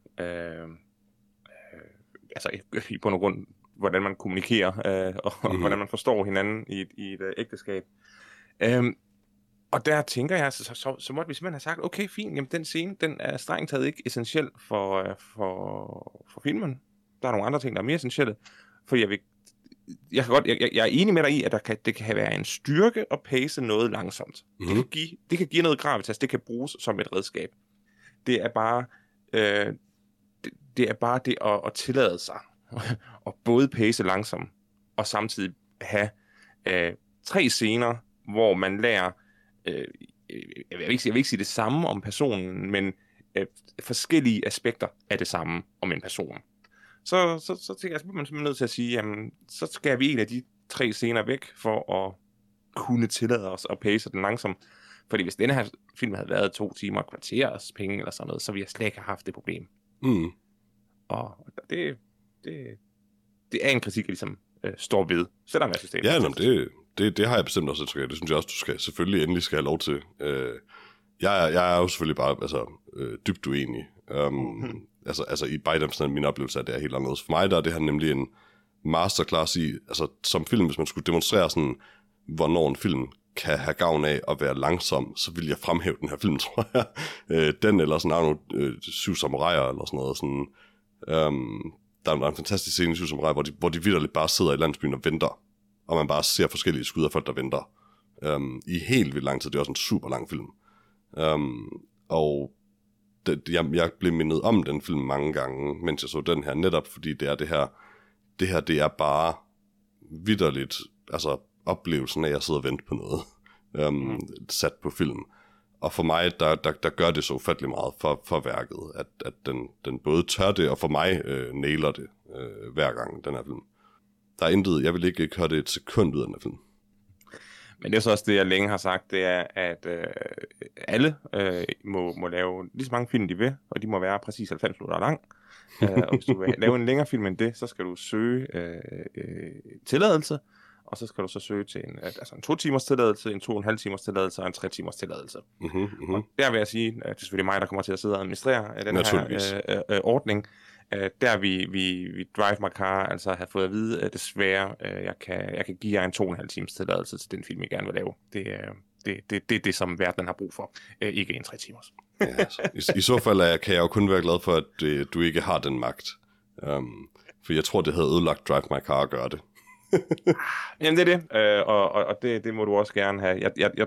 altså i bund og grund, hvordan man kommunikerer, og hvordan man forstår hinanden i et ægteskab. Og der tænker jeg, så måtte vi simpelthen have sagt, okay, fint, jamen den scene, den er strengt taget ikke essentiel for filmen. Der er nogle andre ting, der er mere essentielle, for jeg er enig med dig i, at det kan være en styrke at pace noget langsomt. Mm-hmm. Det kan give noget gravitas, det kan bruges som et redskab. Det er bare det at tillade sig at både pace langsomt og samtidig have 3 scener, hvor man lærer, jeg vil ikke sige det samme om personen, men forskellige aspekter af det samme om en person. Så tænker jeg, så bliver man simpelthen nødt til at sige, jamen, så skal vi en af de 3 scener væk, for at kunne tillade os at pace den langsomt. Fordi hvis denne her film havde været 2 timer og kvarters penge eller sådan noget, så ville jeg slet ikke have haft det problem. Mm. Og det er en kritik, jeg ligesom står ved, selvom jeg synes, det er det har jeg bestemt også indtryk af. Det synes jeg også, du skal selvfølgelig endelig skal have lov til. Jeg er jo selvfølgelig bare dybt uenig. Altså i Biden, min oplevelse af det er helt anderledes. For mig der er det her nemlig en masterclass i, altså som film, hvis man skulle demonstrere sådan, hvornår en film kan have gavn af at være langsom, så vil jeg fremhæve den her film, tror jeg. Den eller sådan nogle 7 samuraier eller sådan noget. Sådan, der er en fantastisk scene i 7 samuraier, hvor de vitterligt bare sidder i landsbyen og venter. Og man bare ser forskellige skud af folk, der venter. I helt vildt lang tid. Det er også en super lang film. Og jeg blev mindet om den film mange gange, mens jeg så den her, netop fordi det er det her det er bare vitterligt, altså oplevelsen af at sidde og vente på noget, sat på film. Og for mig, der gør det så ufattelig meget for værket, at den både tør det, og for mig nailer det hver gang, den her film. Der er intet, jeg vil ikke høre det et sekund ud af den her film. Men det er så også det, jeg længe har sagt, det er, at alle må lave lige så mange film, de vil, og de må være præcis 90 minutter lang. Og hvis du vil lave en længere film end det, så skal du søge tilladelse, og så skal du så søge til en 2 timers tilladelse, en 2,5 timers tilladelse og en 3 timers tilladelse. Og der vil jeg sige, at det er selvfølgelig mig, der kommer til at sidde og administrere den her ordning. Der vi Drive My Car altså har fået at vide, at desværre, jeg kan give jer en 2,5 timers tilladelse til den film, jeg gerne vil lave. Det er det, som verden har brug for. Ikke en 3 timers. Ja, altså. I så fald kan jeg jo kun være glad for, at du ikke har den magt. For jeg tror, det havde ødelagt Drive My Car at gøre det. Jamen det er det, og det må du også gerne have.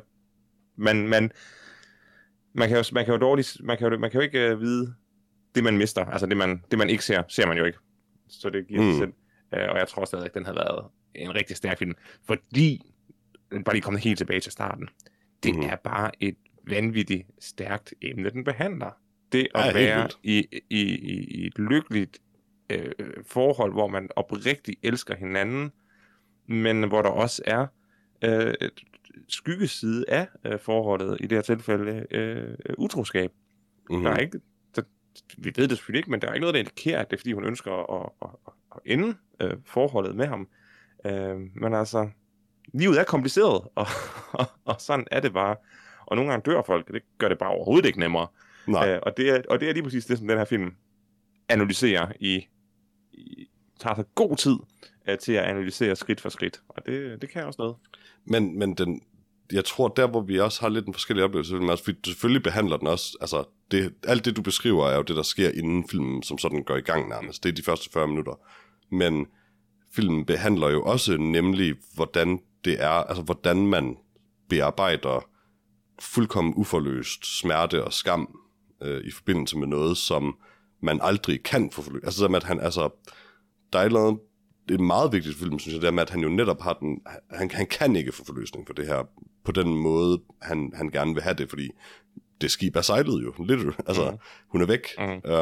Man kan jo ikke vide det, man mister. Altså det man ikke ser man jo ikke. Så det giver sig selv. Og jeg tror stadig, at den havde været en rigtig stærk film. Fordi, bare lige kommet helt tilbage til starten, det er bare et vanvittigt stærkt emne, den behandler. Det at være i et lykkeligt forhold, hvor man oprigtigt elsker hinanden, men hvor der også er skyggeside af forholdet, i det her tilfælde utroskab. Der er ikke, vi ved det selvfølgelig ikke, men der er ikke noget, der indikerer, at det er, fordi hun ønsker at ende forholdet med ham. Men altså, livet er kompliceret, og sådan er det bare. Og nogle gange dør folk, det gør det bare overhovedet ikke nemmere. Og det er lige præcis det, som den her film analyserer tager sig god tid til at analysere skridt for skridt. Og det kan også noget. Men jeg tror, der hvor vi også har lidt en forskellig oplevelse, fordi selvfølgelig behandler den også, altså alt det du beskriver er jo det, der sker inden filmen, som sådan går i gang nærmest. Det er de første 40 minutter. Men filmen behandler jo også nemlig, hvordan det er, altså hvordan man bearbejder fuldkommen uforløst smerte og skam i forbindelse med noget, som man aldrig kan få forløst. Altså at han, der er noget, det er et meget vigtigt film, synes jeg, det er med, at han jo netop har han kan ikke få forløsning for det her, på den måde, han gerne vil have det, fordi det skib er sejlet jo, lidt, altså, hun er væk.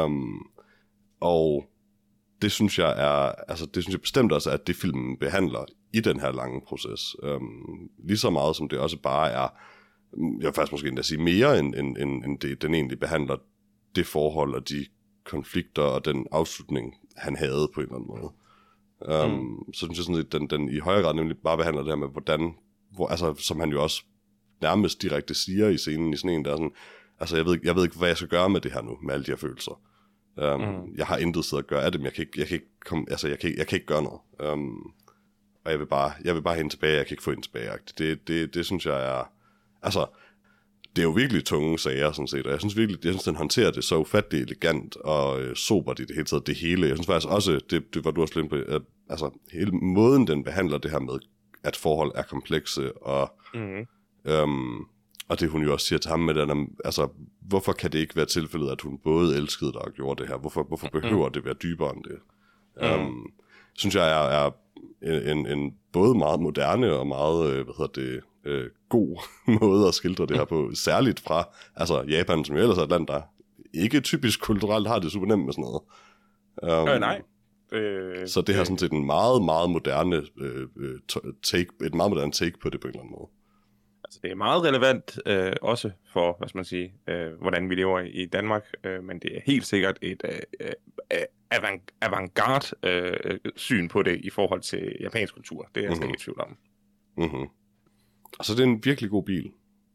Og det synes jeg bestemt også, at det filmen behandler i den her lange proces. Lige så meget, som det også bare er, jeg vil faktisk måske endda sige mere, end det, den egentlig behandler det forhold og de konflikter og den afslutning, han havde på en eller anden måde. Så synes jeg sådan, at den i højere grad nemlig bare behandler det her med, hvordan, altså, som han jo også nærmest direkte siger i scenen, i sådan en, der er sådan, altså jeg ved ikke, hvad jeg skal gøre med det her nu, med alle de her følelser. Jeg har intet sted at gøre af dem, jeg kan ikke gøre noget. Og jeg vil bare hende tilbage, jeg kan ikke få hende tilbage. Det synes jeg er, altså, det er jo virkelig tunge sager, sådan set, og jeg synes, den håndterer det så ufattelig elegant og sobert i det hele taget, det hele. Jeg synes faktisk også, det var du også lidt på, at altså, hele måden, den behandler det her med, at forhold er komplekse, og det hun jo også siger til ham med den, altså, hvorfor kan det ikke være tilfældet, at hun både elskede dig og gjorde det her? Hvorfor behøver det være dybere end det? Synes jeg er en både meget moderne og meget, god måde at skildre det her på, særligt fra Japan, som jo ellers er et land, der ikke typisk kulturelt har det super nemt med sådan noget. Nej. Så det har sådan set en meget, meget moderne et meget moderne take på det på en eller anden måde. Altså det er meget relevant også for, hvad skal man sige, hvordan vi lever i Danmark, men det er helt sikkert et avantgarde syn på det i forhold til japansk kultur. Det er jeg slet ikke i tvivl om. Altså det er en virkelig god bil.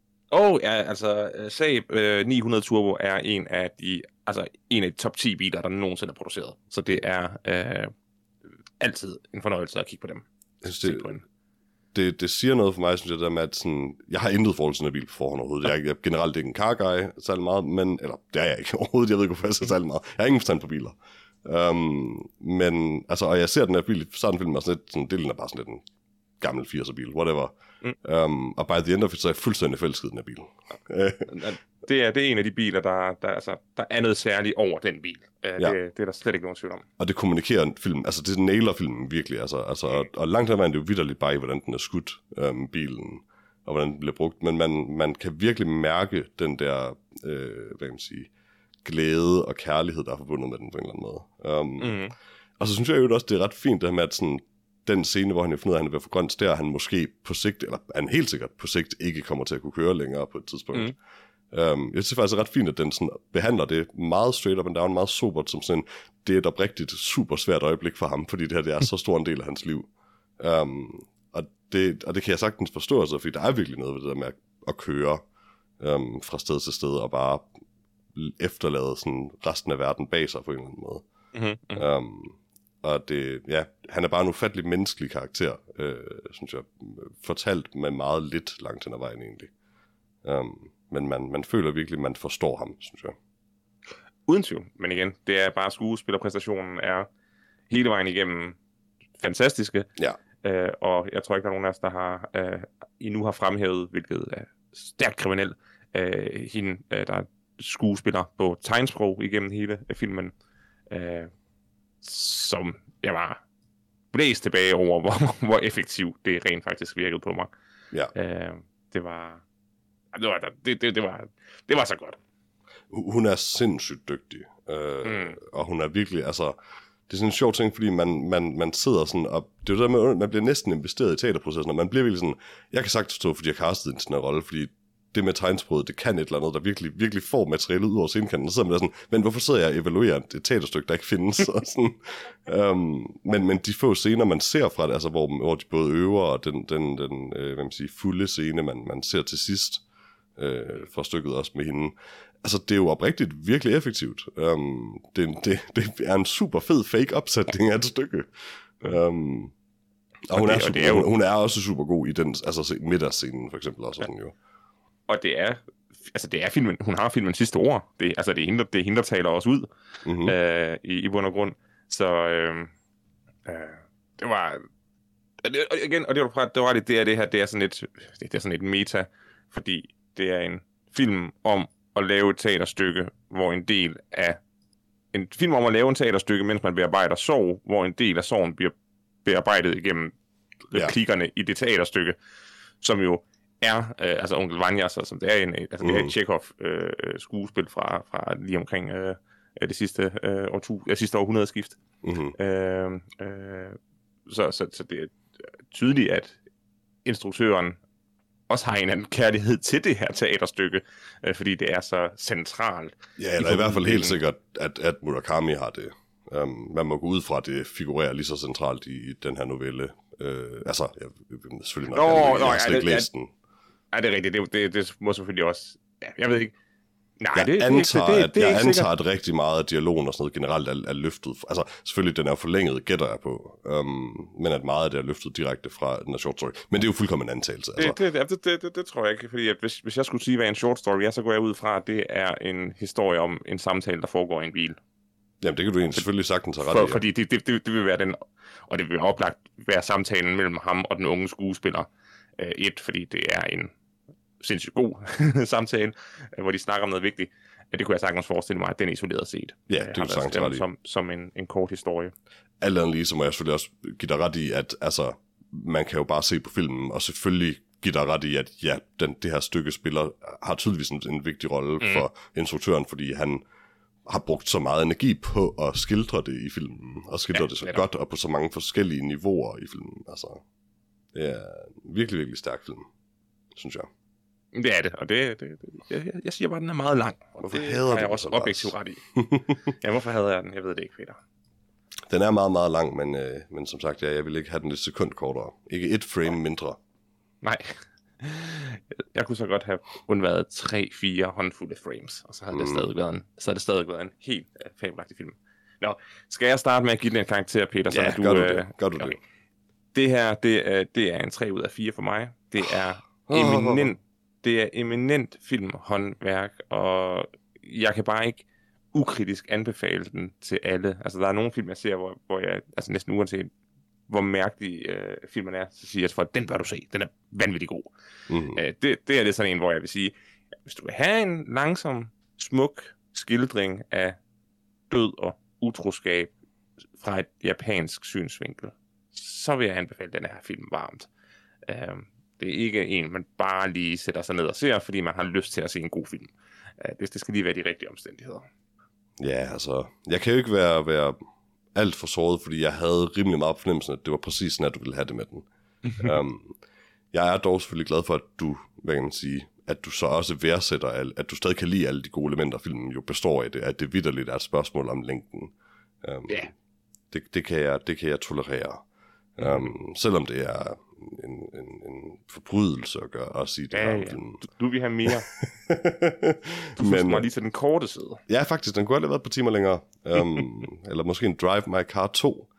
Saab 900 Turbo er en af de top 10 biler, der nogensinde er produceret. Så det er altid en fornøjelse at kigge på dem. Det siger noget for mig, synes jeg, der med, at sådan, jeg har intet forhold til den bil på forhånd overhovedet. Jeg er generelt ikke en car guy særlig meget, eller det er jeg ikke overhovedet, jeg ved ikke, hvorfor jeg siger særlig meget. Jeg har ingen forstand på biler. Men, altså, og jeg ser den her bil i starten filmen, og sådan delen er bare sådan lidt en gammel 80'er bil, whatever. Og by the end of it, så er jeg fuldstændig forelsket i den her bil. Det er en af de biler, der er noget særligt over den bil. Det er der slet ikke nogen tvivl om. Og det kommunikerer film, altså det nailer filmen virkelig, og langt hen er det jo vitterligt bare i, hvordan den er skudt, bilen, og hvordan den bliver brugt, men man kan virkelig mærke den der, hvad kan man sige, glæde og kærlighed, der er forbundet med den på en eller anden måde. Og så synes jeg jo også, det er ret fint, det her med, at sådan, den scene, hvor han finder ud af, at han er ved at få grønt stær, han måske på sigt, eller han helt sikkert på sigt, ikke kommer til at kunne køre længere på et tidspunkt. Jeg synes faktisk, det er ret fint, at den sådan behandler det meget straight up and down, meget sobert, som sådan, det er et oprigtigt super svært øjeblik for ham, fordi det er så stor en del af hans liv. Og det kan jeg sagtens forstå, altså, fordi der er virkelig noget ved det der med at køre fra sted til sted, og bare efterlade sådan resten af verden bag sig på en eller anden måde. Og det, ja, han er bare en ufattelig menneskelig karakter, synes jeg, fortalt med meget lidt langt hen ad vejen egentlig. Men man føler virkelig, at man forstår ham, synes jeg. Uden tvivl, men igen, det er bare skuespillerpræstationen er hele vejen igennem fantastiske. Ja. Og jeg tror ikke, der er nogen af os, der har endnu har fremhævet, hvilket er stærkt kriminelt, hende, der er skuespiller på tegnsprog igennem hele filmen, som jeg var blæst tilbage over, hvor effektivt det rent faktisk virkede på mig. Ja. Det var så godt. Hun er sindssygt dygtig, og hun er virkelig, altså, det er sådan en sjov ting, fordi man sidder sådan, og det er jo der med, man bliver næsten investeret i teaterprocessen, og man bliver virkelig sådan, jeg kan sagtens forstå, fordi jeg castet en sådan en rolle, fordi det med tegnsproget, det kan et eller andet, der virkelig, virkelig får materialet ud over scenekanten, og så sidder man der sådan, men hvorfor sidder jeg og evaluerer et teaterstykke, der ikke findes, og sådan, men de få scener, man ser fra det, altså hvor de både øver, og den hvad man siger, fulde scene, man ser til sidst, fra stykket også med hende, altså det er jo oprigtigt virkelig effektivt. Det er en super fed fake opsætning af et stykke. Og hun er også super god i den, altså middagsscenen for eksempel også. Ja. Sådan, jo. Og det er filmen, hun har filmens sidste ord. Det er hende, der taler os ud i bund og grund. Så det var igen, og det var det er sådan et meta, fordi det er en film om at lave et teaterstykke, hvor en film om at lave en teaterstykke, mens man bearbejder sorg, hvor en del af sorgen bliver bearbejdet igennem replikkerne i det teaterstykke, som jo er, altså Onkel Vanya, som det er det er et Chekhov skuespil fra lige omkring det sidste århundredeskift. Så det er tydeligt, at instruktøren også har en anden kærlighed til det her teaterstykke, fordi det er så centralt. Ja, eller i hvert fald helt sikkert, at Murakami har det. Man må gå ud fra, at det figurerer lige så centralt i den her novelle. Altså, selvfølgelig nok, jeg har slet ikke læst den. Ja, det er rigtigt. Det må selvfølgelig også... Ja, jeg ved ikke... Nej, jeg antager, at rigtig meget af dialogen og sådan noget generelt er løftet. Altså, selvfølgelig, den er forlænget, gætter jeg på. Men at meget af det er løftet direkte fra den her short story. Men det er jo fuldkommen en antagelse. Altså. Det tror jeg ikke, fordi at hvis jeg skulle sige, hvad en short story er, så går jeg ud fra, at det er en historie om en samtale, der foregår i en bil. Jamen, det kan du egentlig selvfølgelig sagtens have ret i. Fordi det vil være den... Og det vil oplagt være samtalen mellem ham og den unge skuespiller. Fordi det er en sindssygt god samtale, hvor de snakker om noget vigtigt. Det kunne jeg sagtens forestille mig, at den isoleret set. Ja, det er jo sagtens ret i. Som en kort historie. Alt andet lige, så må jeg selvfølgelig også give dig ret i, at altså, man kan jo bare se på filmen, og selvfølgelig give dig ret i, at ja, det her stykke spiller har tydeligvis en vigtig rolle for instruktøren, fordi han har brugt så meget energi på at skildre det i filmen, og skildre det så godt, og på så mange forskellige niveauer i filmen. Altså, det er en virkelig, virkelig stærk film, synes jeg. Det er det, og jeg siger bare, at den er meget lang. Hvorfor hader jeg også objektivt ret i. Ja, hvorfor hader jeg den? Jeg ved det ikke, Peter. Den er meget, meget lang, men som sagt, jeg vil ikke have den et sekund kortere. Ikke et frame mindre. Nej. Jeg kunne så godt have undværet 3-4 håndfulde frames, og så havde det stadig været en helt fabelagtig film. Nå, skal jeg starte med at give den en karakter, Peter? Så gør du det. Det her, det er en 3 ud af 4 for mig. Det er eminent filmhåndværk, og jeg kan bare ikke ukritisk anbefale den til alle. Altså, der er nogle film, jeg ser, hvor jeg, altså næsten uanset hvor mærkelig filmen er, så siger jeg for, den bør du se. Den er vanvittig god. Det er sådan en, hvor jeg vil sige, hvis du vil have en langsom, smuk skildring af død og utroskab fra et japansk synsvinkel, så vil jeg anbefale den her film varmt. Det er ikke en, man bare lige sætter sig ned og ser, fordi man har lyst til at se en god film. Det skal lige være de rigtige omstændigheder. Ja, altså, jeg kan jo ikke være alt for såret, fordi jeg havde rimelig meget fornemmelsen, at det var præcis sådan, at du ville have det med den. Jeg er dog selvfølgelig glad for, at du, hvad kan man sige, at du så også værdsætter, at du stadig kan lide alle de gode elementer, filmen jo består i det, at det vitterligt er et spørgsmål om længden. Det kan jeg tolerere. Selvom det er en forbrydelse at gøre at sige det her om filmen. Du vil have mere. Du får mig lige til den korte side. Ja, faktisk, den kunne have været på timer længere. Eller måske en Drive My Car 2.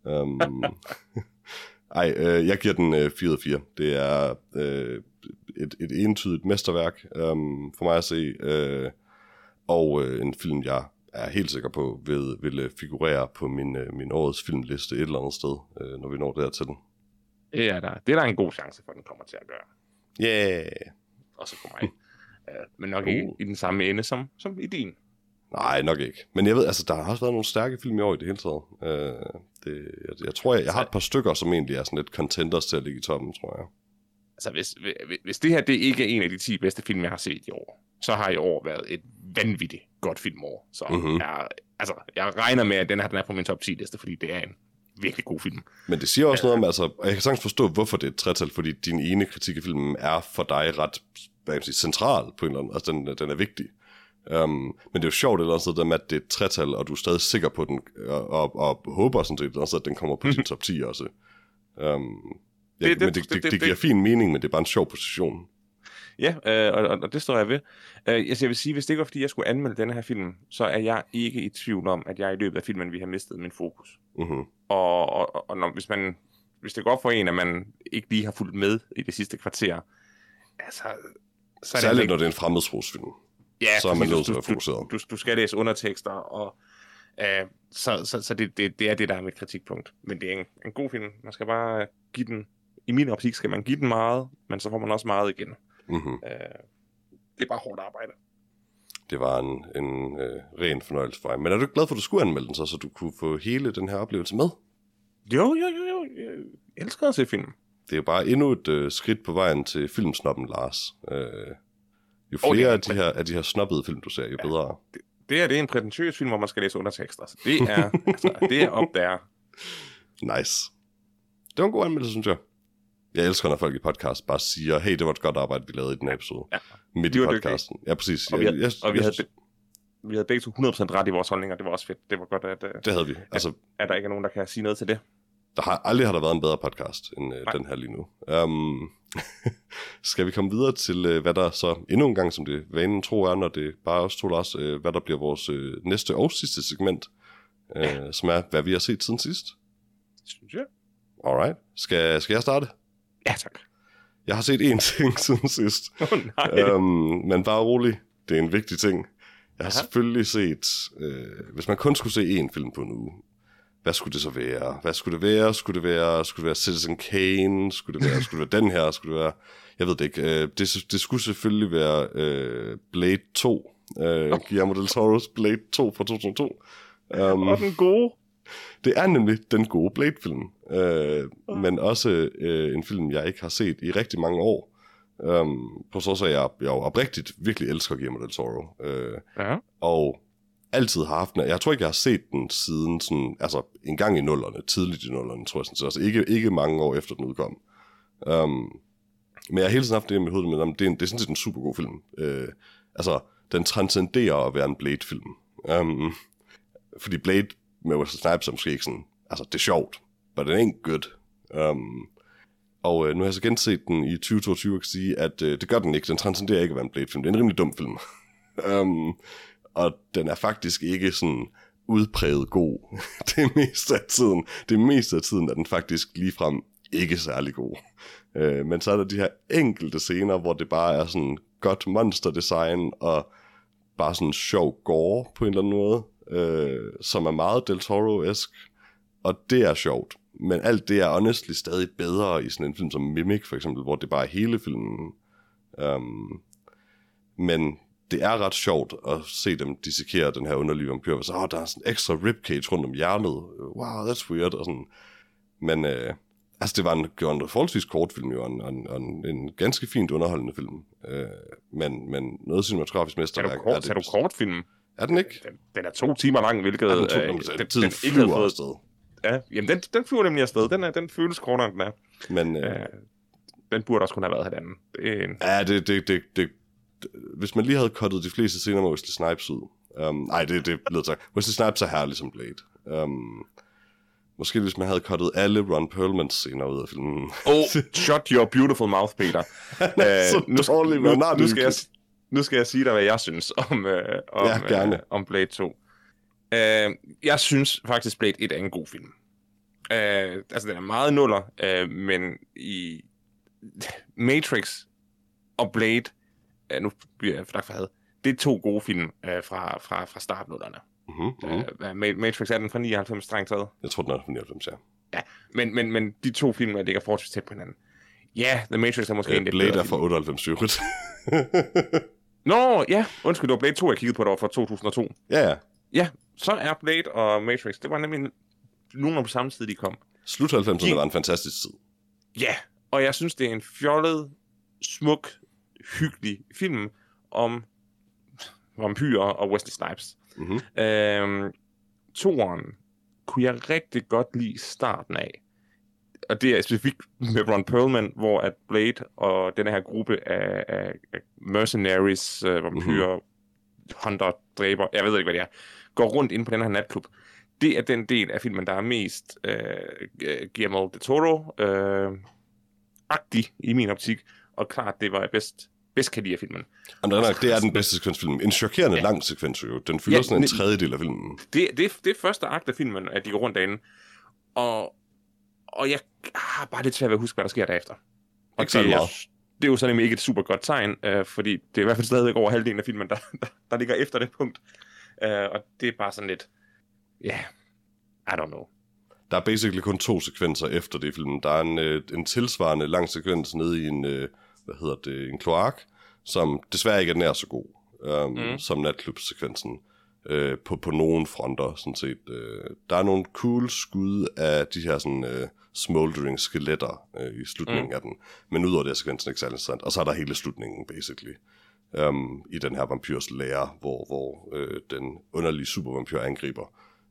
Jeg giver den 4/4. Det er et entydigt mesterværk for mig at se. Og en film, jeg er helt sikker på vil figurere på min årets filmliste et eller andet sted, når vi når dertil den. Ja, det er der en god chance for, at den kommer til at gøre. Yeah. Også for mig. Men nok ikke i den samme ende som i din. Nej, nok ikke. Men jeg ved, altså, der har også været nogle stærke film i år i det hele taget. Jeg tror, jeg har et par stykker, som egentlig er sådan lidt contenders til at ligge i toppen, tror jeg. Altså, hvis det her det ikke er en af de 10 bedste film, jeg har set i år, så har i år været et vanvittigt godt filmår. Så jeg regner med, at den er på min top 10-liste, fordi det er en virkelig god film. Men det siger også noget om, altså, og jeg kan sagtens forstå, hvorfor det er et tretal, fordi din ene kritik af filmen er for dig ret, hvad kan man sige, central på en eller anden, altså den er vigtig. Men det er jo sjovt et eller andet sted, at det er et tretal, og du er stadig sikker på den, og håber sådan set, at den kommer på din top 10 også. Det giver fin mening, men det er bare en sjov position. Ja, og det står jeg ved. Jeg vil sige, hvis det ikke var, fordi jeg skulle anmelde denne her film, så er jeg ikke i tvivl om, at jeg i løbet af filmen vil have mistet min fokus. Og hvis det går for en, at man ikke lige har fulgt med i det sidste kvarter, altså... Så særligt når det er en fremmedsprogsfilm. Ja, så er man nødt til at være fokuseret. Du skal læse undertekster, og så det er det, der er mit kritikpunkt. Men det er en god film. Man skal bare give den... I min optik skal man give den meget, men så får man også meget igen. Det er bare hårdt arbejde. Det var en ren fornøjelse for mig. Men er du ikke glad for, at du skulle anmelde den så du kunne få hele den her oplevelse med? Jo. Jeg elsker at se film. Det er jo bare endnu et skridt på vejen til filmsnoppen, Lars. Jo flere af de her snobbede film, du ser, jo bedre. Det er en prætentiøs film, hvor man skal læse undertekster. Så det er op der. Nice. Det var en god anmeldelse, synes jeg. Jeg elsker, når folk i podcast bare siger, hey, det var et godt arbejde, vi lavede i den episode. Ja. Midt i podcasten. Dygtige. Ja, præcis. Og vi havde begge 100% ret i vores holdninger. Det var også fedt. Det var godt, at... Det havde vi. Altså, at der ikke er nogen, der kan sige noget til det. Aldrig har der været en bedre podcast end den her lige nu. Skal vi komme videre til, hvad der så endnu en gang, som det vanen tro er, når det bare også tog os, hvad der bliver vores næste og sidste segment, som er, hvad vi har set siden sidst? Synes jeg. Alright. Skal jeg starte? Ja, tak. Jeg har set én ting siden sidst. Men bare rolig. Det er en vigtig ting. Jeg har selvfølgelig set, hvis man kun skulle se én film på en uge, hvad skulle det så være? Skulle det være Citizen Kane? Skulle det være den her? Skulle det være... Jeg ved det ikke. Det skulle selvfølgelig være Blade 2. Guillermo del Toro's Blade 2 fra 2002. Og den gode. Det er nemlig den gode Blade-film. Men også en film, jeg ikke har set i rigtig mange år. På så at jeg jo oprigtigt virkelig elsker Guillermo del Toro. Og altid har haft den. Jeg tror ikke, jeg har set den siden sådan, altså en gang i nullerne, tidligt i nullerne, tror jeg sådan. Altså ikke mange år efter den udkom. Men jeg har hele tiden haft det i mit hoved, men det er sådan set en super god film. Altså, den transcenderer at være en Blade-film. Fordi Blade med Wesley Snipes er måske ikke sådan, altså det er sjovt, but it ain't good. Og nu har jeg så genset den i 2022 og kan sige, at det gør den ikke. Den transcenderer ikke at være en Blade-film. Det er en rimelig dum film. Og den er faktisk ikke sådan udpræget god. Det meste af tiden er den faktisk ligefrem ikke særlig god. Men så er der de her enkelte scener, hvor det bare er sådan godt monsterdesign og bare sådan sjov gore på en eller anden måde, som er meget Del Toro-esk. Og det er sjovt. Men alt det er honestly stadig bedre i sådan en film som Mimic for eksempel, hvor det bare er hele filmen. Men det er ret sjovt at se dem dissekere den her underlige vampyr. Så der er sådan en ekstra ribcage rundt om hjernet. Wow, that's weird. Og sådan. Men altså det var en forholdsvis kort film jo, og en ganske fint underholdende film. Men noget cinematografisk mesterværk. Er du kortfilm? Er den ikke? Den er 2 timer lang, hvilket... Tiden flyver afsted. Ja, jamen den flyver nemlig afsted. Den føles kortere, end den er. Men... den burde også kunne have været halvanden. Ja, det hvis man lige havde cuttet de fleste scener med Wesley Snipes ud. Nej, det blev sagt. Wesley Snipes er herlig som Blade. Måske hvis man havde cuttet alle Ron Perlmans scener ud af filmen. Shut your beautiful mouth, Peter. Nu skal jeg sige dig, hvad jeg synes om Blade 2. Jeg synes faktisk, Blade 1 er en god film. Altså, den er meget nuller, men i Matrix og Blade, nu bliver jeg for had, det er 2 gode film fra startnullerne. Matrix er den fra 99 strengt taget. Jeg tror, den er fra 99, ja. Ja, men de 2 film ligger forholdsvis tæt på hinanden. Ja, The Matrix er måske en lidt Blade er fra 98, Nå, ja, undskyld, det var Blade 2, jeg kiggede på, der var fra 2002. Ja. Ja, så er Blade og Matrix, det var nemlig nogen på samme tid, de kom. Slut 90'erne var en fantastisk tid. Ja, og jeg synes, det er en fjollet, smuk, hyggelig film om vampyrer og Wesley Snipes. Toren kunne jeg rigtig godt lide starten af. Og det er specifikt med Ron Perlman, hvor at Blade og den her gruppe af mercenaries, vampyrer, hunter, dræber, jeg ved ikke, hvad det er, går rundt ind på den her natklub. Det er den del af filmen, der er mest Guillermo del Toro-agtig i min optik. Og klart, det var jeg bedst kan lide af filmen. Det er den bedste sekvensfilm. En chokerende lang sekvens, jo. Den fylder sådan en tredjedel af filmen. Det er første akt af filmen, at de går rundt derinde. Og jeg har bare lidt svært ved at huske, hvad der sker derefter. Og det er jo så nemlig ikke et super godt tegn, fordi det er i hvert fald stadig over halvdelen af filmen, der ligger efter det punkt. Og det er bare sådan lidt, I don't know. Der er basically kun 2 sekvenser efter det i filmen. Der er en tilsvarende lang sekvens nede i en en kloak, som desværre ikke er nær så god som natklubsekvensen på nogen fronter, sådan set. Der er nogle cool skud af de her sådan smoldering skeletter i slutningen af den, men udover det er sekvensen ikke særlig interessant. Og så er der hele slutningen, basically, i den her vampyrs lære, hvor den underlige supervampyr angriber.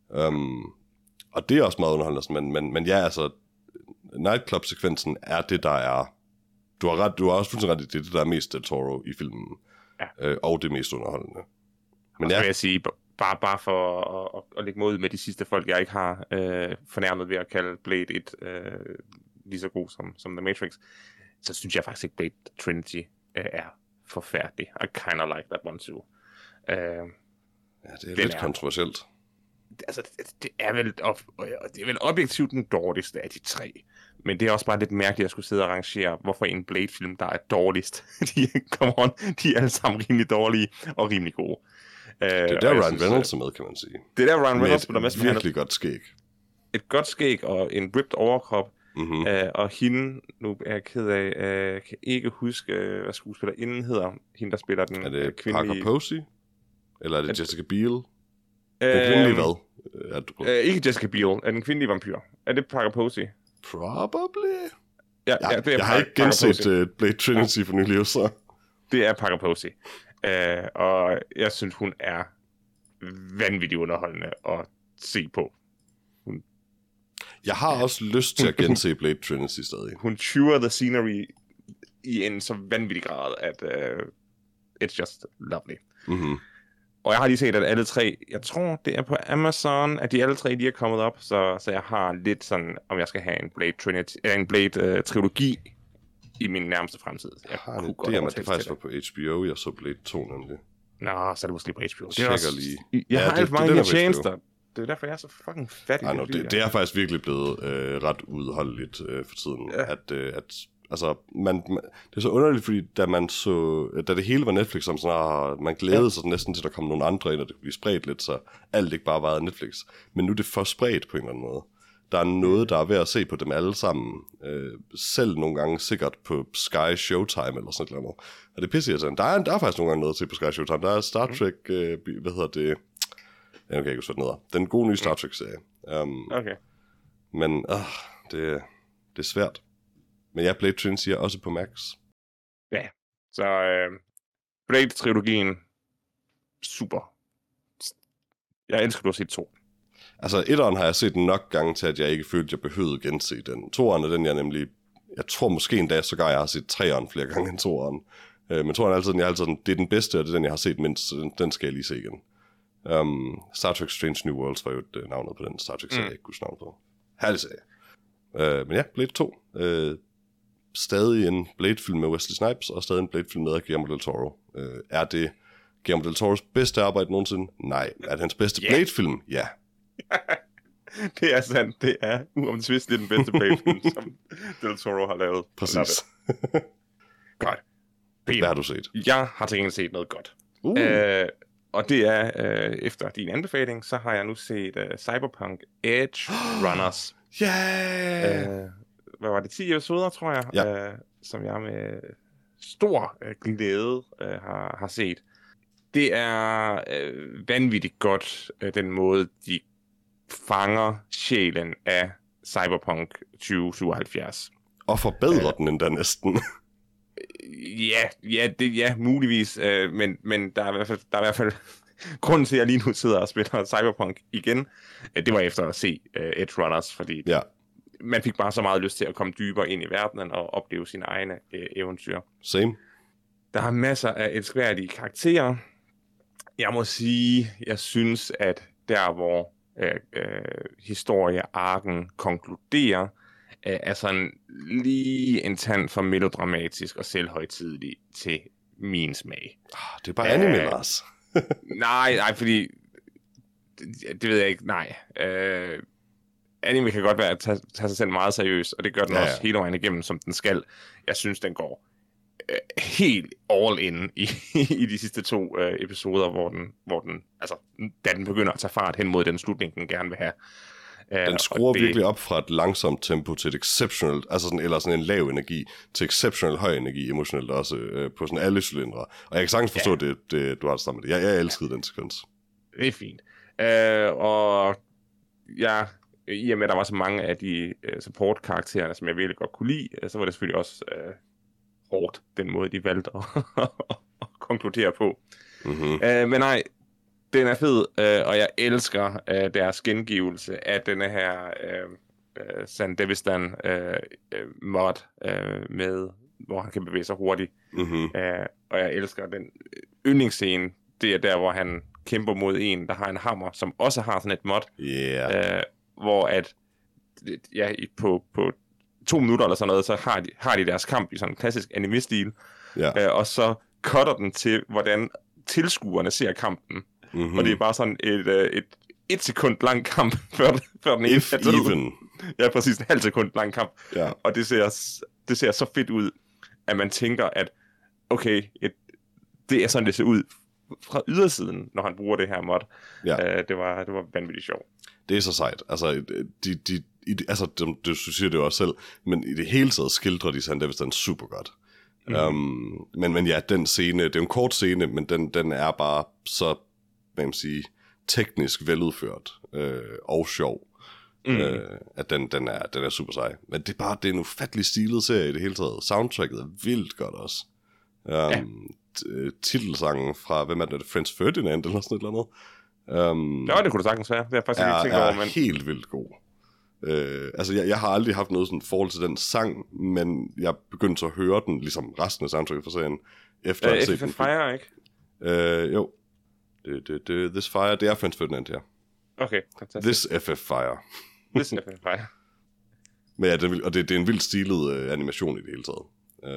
Og det er også meget underholdende, men ja, altså, nightclub-sekvensen er det, der er. Du har også fuldstændig ret i det, der er mest Del Toro i filmen. Ja. Og det mest underholdende. Men så vil jeg sige, bare for at lægge mod med de sidste folk, jeg ikke har fornærmet ved at kalde Blade 1 lige så god som The Matrix, så synes jeg faktisk ikke, Blade Trinity er forfærdelig. I kind of like that one too. Ja, det er lidt kontroversielt. Altså, det er vel objektivt den dårligste af de 3. Men det er også bare lidt mærkeligt at skulle sidde og rangere, hvorfor en Blade-film, der er dårligst. De er alle sammen rimelig dårlige og rimelig gode. Det er der Ryan Reynolds er med, kan man sige. Det er der Ryan Reynolds, der er virkelig godt skæg. Et godt skæg og en ripped overkrop. Og hende, nu er jeg ked af, kan ikke huske, hvad skuespillerinden hedder. Hende, der spiller den kvindelige... Er det kvindelige... Parker Posey? Eller er det Jessica Biel? Den kvindelige hvad? Ikke Jessica Biel, er den kvindelige vampyr. Er det Parker Posey? Probably. Ja, det er jeg har ikke genset Blade Trinity for nylig, så... Det er Parker Posey. Og jeg synes, hun er vanvittigt underholdende at se på. Jeg har også lyst til at gense Blade Trinity stadig. Hun chewer the scenery i en så vanvittig grad, at it's just lovely. Og jeg har lige set, at alle 3, jeg tror, det er på Amazon, at de alle 3 de er kommet op, så jeg har lidt sådan, om jeg skal have en Blade Trinity, eller en Blade trilogi i min nærmeste fremtid. Jeg har en idé om, at det faktisk var på HBO, jeg så Blade 2 nemlig. Nå, så er det måske på HBO. Det er også, lige. Jeg har alt for mange tjenester. Det er derfor, jeg er så fucking fattig. Det er faktisk virkelig blevet ret udholdeligt for tiden. Ja. Altså, det er så underligt, fordi da det hele var Netflix, som sådan, man glædede sig næsten til, at der kom nogle andre ind, og det kunne blive spredt lidt, så alt ikke bare var Netflix. Men nu er det for spredt på en eller anden måde. Der er noget, der er ved at se på dem alle sammen. Selv nogle gange sikkert på Sky Showtime eller sådan noget. Og det er pisseirriterende. Der er faktisk nogle gange noget at se på Sky Showtime. Der er Star Trek, hvad hedder det? Jeg kan ikke huske, hvad den hedder. Den gode nye Star Trek-serie. Okay. Men det er svært. Men jeg Blade Trinity er også på Max. Ja, så Blade-trilogien, super Jeg elsker, du har set 2. Altså, 1'eren har jeg set nok gange til, at jeg ikke følte, at jeg behøvede gense den. 2'eren er den, jeg nemlig... Jeg tror måske endda, sågar jeg har set 3'eren flere gange end 2'eren. Men 2'eren er altid, det er den bedste, og det er den, jeg har set mindst, så den skal jeg lige se igen. Star Trek Strange New Worlds var jo navnet på den Star Trek-serie, jeg ikke kunne navnet på. Herlig serie. Men ja, Blade 2. Stadig en Blade-film med Wesley Snipes, og stadig en Blade-film med Guillermo del Toro. Er det Guillermo del Toros bedste arbejde nogensinde? Nej. Er det hans bedste Blade-film? Ja. Det er sandt. Det er uomtvisteligt den bedste Blade-film, som del Toro har lavet. Præcis. Godt. Peter, hvad har du set? Jeg har til gengæld set noget godt. Og det er, efter din anbefaling, så har jeg nu set Cyberpunk Edge Runners. Yeah! Hvad var det? 10 episoder, tror jeg, ja. Som jeg med stor glæde har set. Det er vanvittigt godt, den måde, de fanger sjælen af Cyberpunk 2077. Og forbedrer den endda næsten. Ja, muligvis, men der er i hvert fald grunden til, at jeg lige nu sidder og spiller Cyberpunk igen, det var efter at se Edge Runners, fordi man fik bare så meget lyst til at komme dybere ind i verdenen og opleve sine egne eventyr. Same. Der er masser af elskværdige karakterer. Jeg må sige, jeg synes, at der hvor historiearken konkluderer, er sådan lige en tand for melodramatisk og selvhøjtidelig til min smag. Det er bare anime, Lars. nej, fordi det ved jeg ikke, nej. Anime kan godt være at tage sig selv meget seriøst, og det gør den også hele vejen igennem, som den skal. Jeg synes, den går helt all in i de sidste 2 episoder, hvor den, altså, da den begynder at tage fart hen mod den slutning, den gerne vil have. Den skruer virkelig op fra et langsomt tempo til et exceptionelt, altså sådan, eller sådan en lav energi, til exceptionelt høj energi emotionelt også, på sådan alle cylindre. Og jeg kan sagtens forstå, det du har sammen med det. Jeg elskede den sekvens. Det er fint. Og i og med, at der var så mange af de support-karaktererne, som jeg virkelig godt kunne lide, så var det selvfølgelig også hårdt, den måde, de valgte at konkludere på. Mm-hmm. Men nej, den er fed, og jeg elsker deres gengivelse af denne her Sandevistan mod med, hvor han kan bevæge sig hurtigt. Mm-hmm. Og jeg elsker den yndlingsscene. Det er der, hvor han kæmper mod en, der har en hammer, som også har sådan et mod. Yeah. Hvor at på 2 minutter eller sådan noget, så har de deres kamp i sådan en klassisk anime-stil. Yeah. Og så cutter den til, hvordan tilskuerne ser kampen. Mm-hmm. Og det er bare sådan et sekund lang kamp, før den ene If even. Ja, præcis, en halv sekund lang kamp. Yeah. Og det ser så fedt ud, at man tænker, at okay, det er sådan, det ser ud fra ydersiden, når han bruger det her mod. Yeah. Det var vanvittigt sjovt. Det er så sejt. Altså, du siger det jo også selv, men i det hele taget skildrer de Sandevistan super godt. Mm-hmm. Men ja, den scene, det er en kort scene, men den er bare så, hvad man sige, teknisk veludført og sjov, at den er super sej. Men det er en ufattelig stilet serie i det hele taget. Soundtracket er vildt godt også. Titelsangen fra, hvem er det, Franz Ferdinand eller sådan et eller andet. Ja, det kunne du sagtens være. Det har jeg faktisk ikke tænkt over, men helt vildt god. Altså, jeg har aldrig haft noget sådan forhold til den sang, men jeg begyndte så at høre den, ligesom resten af soundtracket fra serien, efter at se den. Fire, ikke? Jo. This Fire, det er Franz Ferdinand her. Okay, fantastisk. This FF Fire. This FF Fire. Men ja, det er en vildt stilet animation i det hele taget.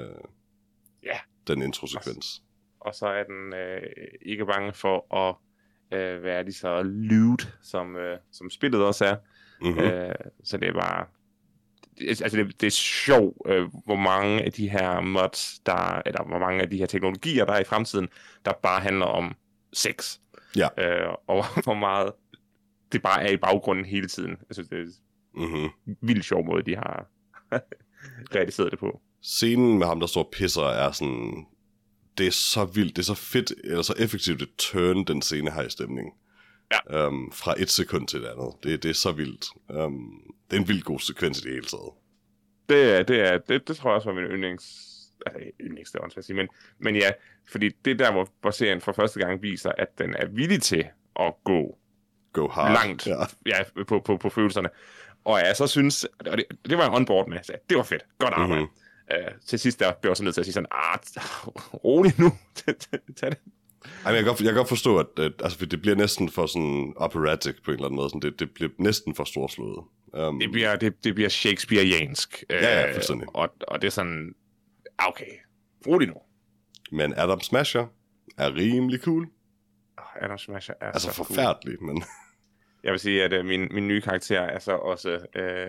Den introsekvens. Og så er den ikke bange for at være lige så lewd, som spillet også er. Mm-hmm. Så det er bare... det er sjovt, hvor mange af de her mods, eller hvor mange af de her teknologier, der er i fremtiden, der bare handler om sex. Ja. Og hvor meget det bare er i baggrunden hele tiden. Jeg synes, det er en vildt sjov måde, de har realiseret det på. Scenen med ham, der står og pisser, er sådan... Det er så vildt, det er så fedt, eller så effektivt et turn, den scene har i stemningen. Ja. Fra et sekund til det andet. Det er så vildt. Det er en vildt god sekvens i det hele taget. Det tror jeg også var min yndlings, det var at sige, men ja, fordi det er der, hvor serien for første gang viser, at den er villig til at gå go hard. Langt på følelserne. Og jeg så synes, og det var jeg on board med, så det var fedt, godt arbejde. Til sidst der blev jeg så nødt til at sige sådan, rolig nu, tag det. Ej, jeg kan godt forstå, at altså, det bliver næsten for sådan operatic på en eller anden måde. Sådan, det bliver næsten for storslået. Det bliver shakespeariansk. Ja, fuldstændig. Og det er sådan, okay, rolig nu. Men Adam Smasher er rimelig cool. Adam Smasher er altså så forfærdelig, cool. Men... Jeg vil sige, at min nye karakter er så også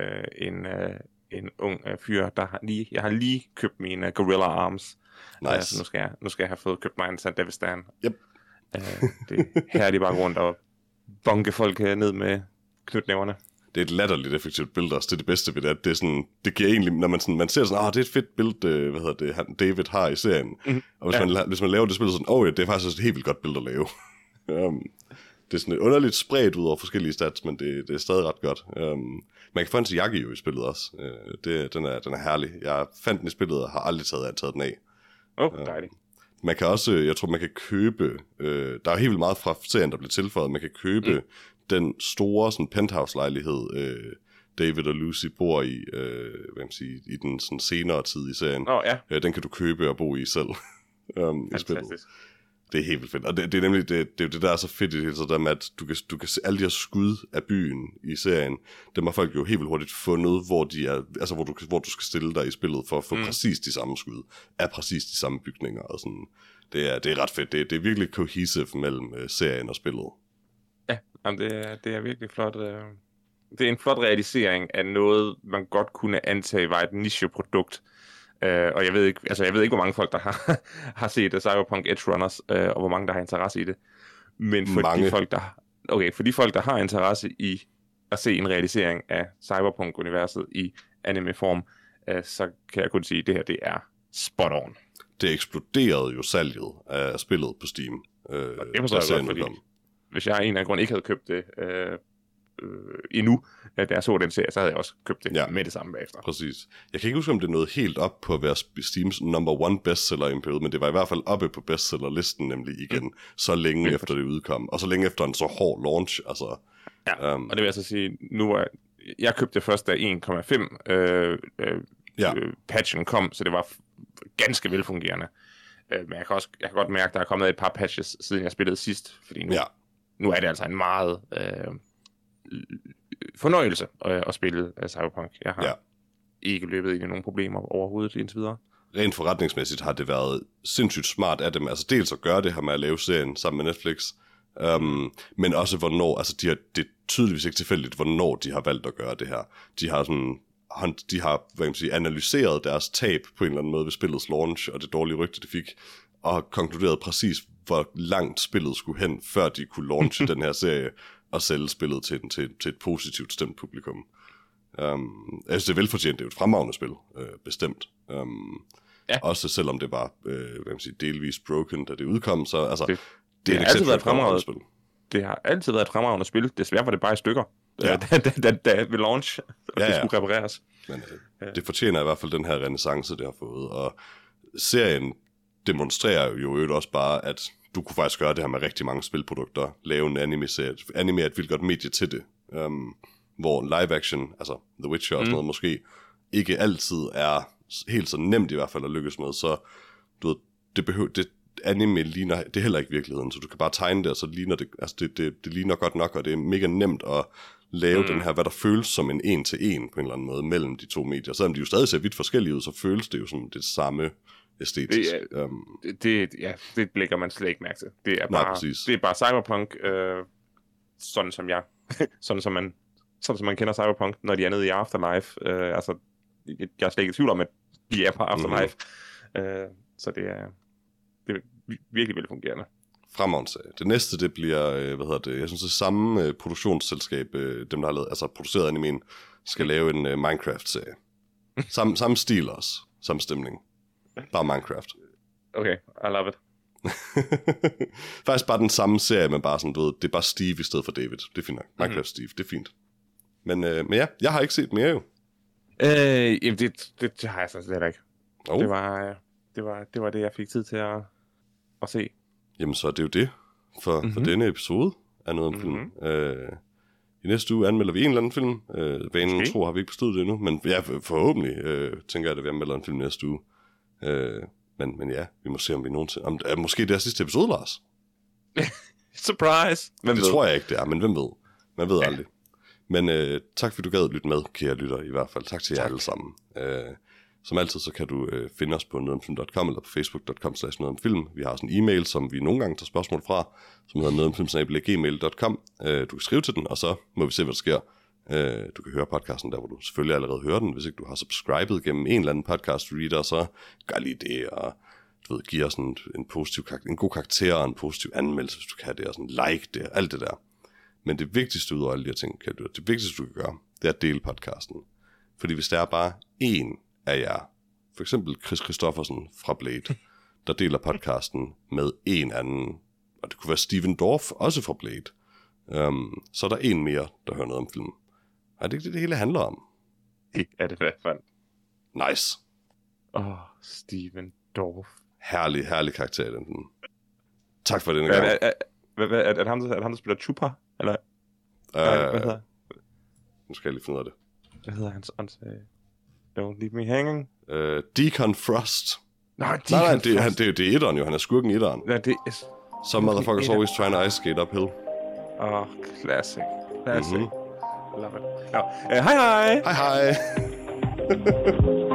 en ung fyr, jeg har lige købt mine Gorilla Arms. Nice. Nu skal jeg have fået købt mig en Sandevistan. Yep. Her er de bare rundt og bunke folk ned med knytnæverne. Det er et latterligt effektivt billede også. Det er det bedste ved det, at det er sådan, det giver egentlig, når man ser sådan, det er et fedt billede, David har i serien. Mm-hmm. Og hvis man laver det spil sådan, det er faktisk et helt vildt godt billede at lave. Det er sådan et underligt spredt ud over forskellige stats, men det er stadig ret godt. Man kan få en Yagi jo i spillet også. Den er herlig. Jeg fandt den i spillet og har aldrig taget den af. Dejligt. Man kan også, jeg tror man kan købe, der er helt vildt meget fra serien, der bliver tilføjet. Man kan købe den store sådan penthouse-lejlighed, David og Lucy bor i, i den sådan senere tid i serien. Den kan du købe og bo i selv. I spillet. Det er helt vildt fedt. Og det er nemlig det der er så fedt i det, så der med, at du kan se alle de her skud af byen i serien, dem har folk jo helt vildt hurtigt fundet, hvor de er, altså hvor du skal stille dig i spillet for at få præcis de samme skud af præcis de samme bygninger og sådan. Det er ret fedt. Det er virkelig cohesive mellem serien og spillet. Ja, jamen det er virkelig flot. Det er en flot realisering af noget, man godt kunne antage var et nicheprodukt. Og jeg ved ikke, hvor mange folk, der har set Cyberpunk Edge Runners, og hvor mange, der har interesse i det. Men for de folk, der har interesse i at se en realisering af Cyberpunk-universet i anime-form, så kan jeg kun sige, at det her, det er spot on. Det eksploderede jo salget af spillet på Steam. Og det forstår jeg godt, fordi hvis jeg af en eller anden grund ikke havde købt det endnu, da jeg så den serie, så havde jeg også købt det med det samme bagefter. Præcis. Jeg kan ikke huske, om det nåede helt op på at være Steams number 1 bestseller i en periode, men det var i hvert fald oppe på bestsellerlisten nemlig igen, så længe efter det udkom, og så længe efter en så hård launch. Altså, og det vil jeg så sige, nu er jeg købte det først, da 1,5 patchen kom, så det var ganske velfungerende. Men jeg kan godt mærke, at der er kommet et par patches, siden jeg spillede sidst, fordi nu er det altså en meget fornøjelse at spille Cyberpunk. Jeg har ikke løbet ind i nogen problemer overhovedet indtil videre. Rent forretningsmæssigt har det været sindssygt smart af dem. Altså dels at gøre det her med at lave serien sammen med Netflix, men også hvornår, altså det er tydeligvis ikke tilfældigt, hvornår de har valgt at gøre det her. De har analyseret deres tab på en eller anden måde ved spillets launch, og det dårlige rygte, det fik, og konkluderet præcis, hvor langt spillet skulle hen, før de kunne launche den her serie, og sælge spillet til et positivt stemt publikum. Jeg synes, det er velfortjent. Det er jo et fremragende spil, bestemt. Også selvom det var delvis broken, da det udkom, så altså, det er altid været et fremragende spil. Det har altid været et fremragende spil. Desværre var det bare i stykker, da ved launch, og det skulle repareres. Men det fortjener i hvert fald den her renaissance, det har fået. Og serien demonstrerer jo også bare, at du kunne faktisk gøre det her med rigtig mange spilprodukter, lave en anime-serie. Anime er et vildt godt medie til det. Hvor live action, altså The Witcher og sådan noget, måske ikke altid er helt så nemt i hvert fald at lykkes med. Så du ved, det anime ligner, det er heller ikke virkeligheden, så du kan bare tegne det, og så ligner det, altså det ligner godt nok, og det er mega nemt at lave den her, hvad der føles som en en-til-en på en eller anden måde mellem de to medier. Selvom de jo stadig ser vidt forskellige ud, så føles det jo som det samme æstetisk. Det lægger man slet ikke mærke til. Det er bare Cyberpunk, sådan som man kender Cyberpunk, når de er nede i Afterlife. Jeg er slet ikke i tvivl om, at de er på Afterlife. Så det er virkelig velfungerende. Fremragende. Det næste, det bliver, jeg synes det samme produktionsselskab, dem der har lavet, altså produceret animen, skal lave en Minecraft-serie. Samme stil også, samme stemning. Bare Minecraft. Okay, I love it. Faktisk bare den samme serie, men bare sådan, du ved, det er bare Steve i stedet for David. Det er fint nok. Minecraft Steve, det er fint. Men ja, jeg har ikke set mere jo. Jamen det har jeg så slet ikke. Det var det, jeg fik tid til at se. Jamen så er det jo det for denne episode af noget om film. I næste uge anmelder vi en eller anden film. Vanen tro har vi ikke besluttet det endnu, men ja, forhåbentlig tænker jeg, at vi anmelder en film næste uge. Men ja, vi må se, om vi nogensinde... måske det er sidste episode, Lars. Surprise! Det tror jeg ikke, det er, men hvem ved? Man ved aldrig. Men tak, fordi du gad lytte med, kære lytter, i hvert fald. Tak til jer alle sammen. Som altid, så kan du finde os på nogetomfilm.com eller på facebook.com/nogetomfilm. Vi har sådan en e-mail, som vi nogle gange tager spørgsmål fra, som hedder nogetomfilm@gmail.com. Du kan skrive til den, og så må vi se, hvad der sker. Du kan høre podcasten der, hvor du selvfølgelig allerede hører den. Hvis ikke du har subscribet gennem en eller anden podcast reader, så gør lige det, og du ved, giv os en god karakter og en positiv anmeldelse, hvis du kan det, og sådan like det, alt det der. Men det vigtigste ud af alle de her ting, det vigtigste du kan gøre, det er at dele podcasten. Fordi hvis der er bare én af jer, for eksempel Chris Christoffersen fra Blade, der deler podcasten med en anden, og det kunne være Steven Dorff, også fra Blade, så er der en mere, der hører noget om film. Og det er det hele handler om. Det er det i hvert fald. Nice. Steven Dorff. Herlig karakter i den film. Tak for denne gang. Er det ham, der spiller Chupa? Eller? Hvad hedder? Nu skal jeg lige finde ud af det. Hvad hedder hans Don't Leave Me Hanging? Deacon Frost. Nej, det er etteren jo. Han er skurken i etteren. Ja, det er... Some motherfuckers always trying to ice skate uphill. Classic. Love it. Hej hej! Hej hej!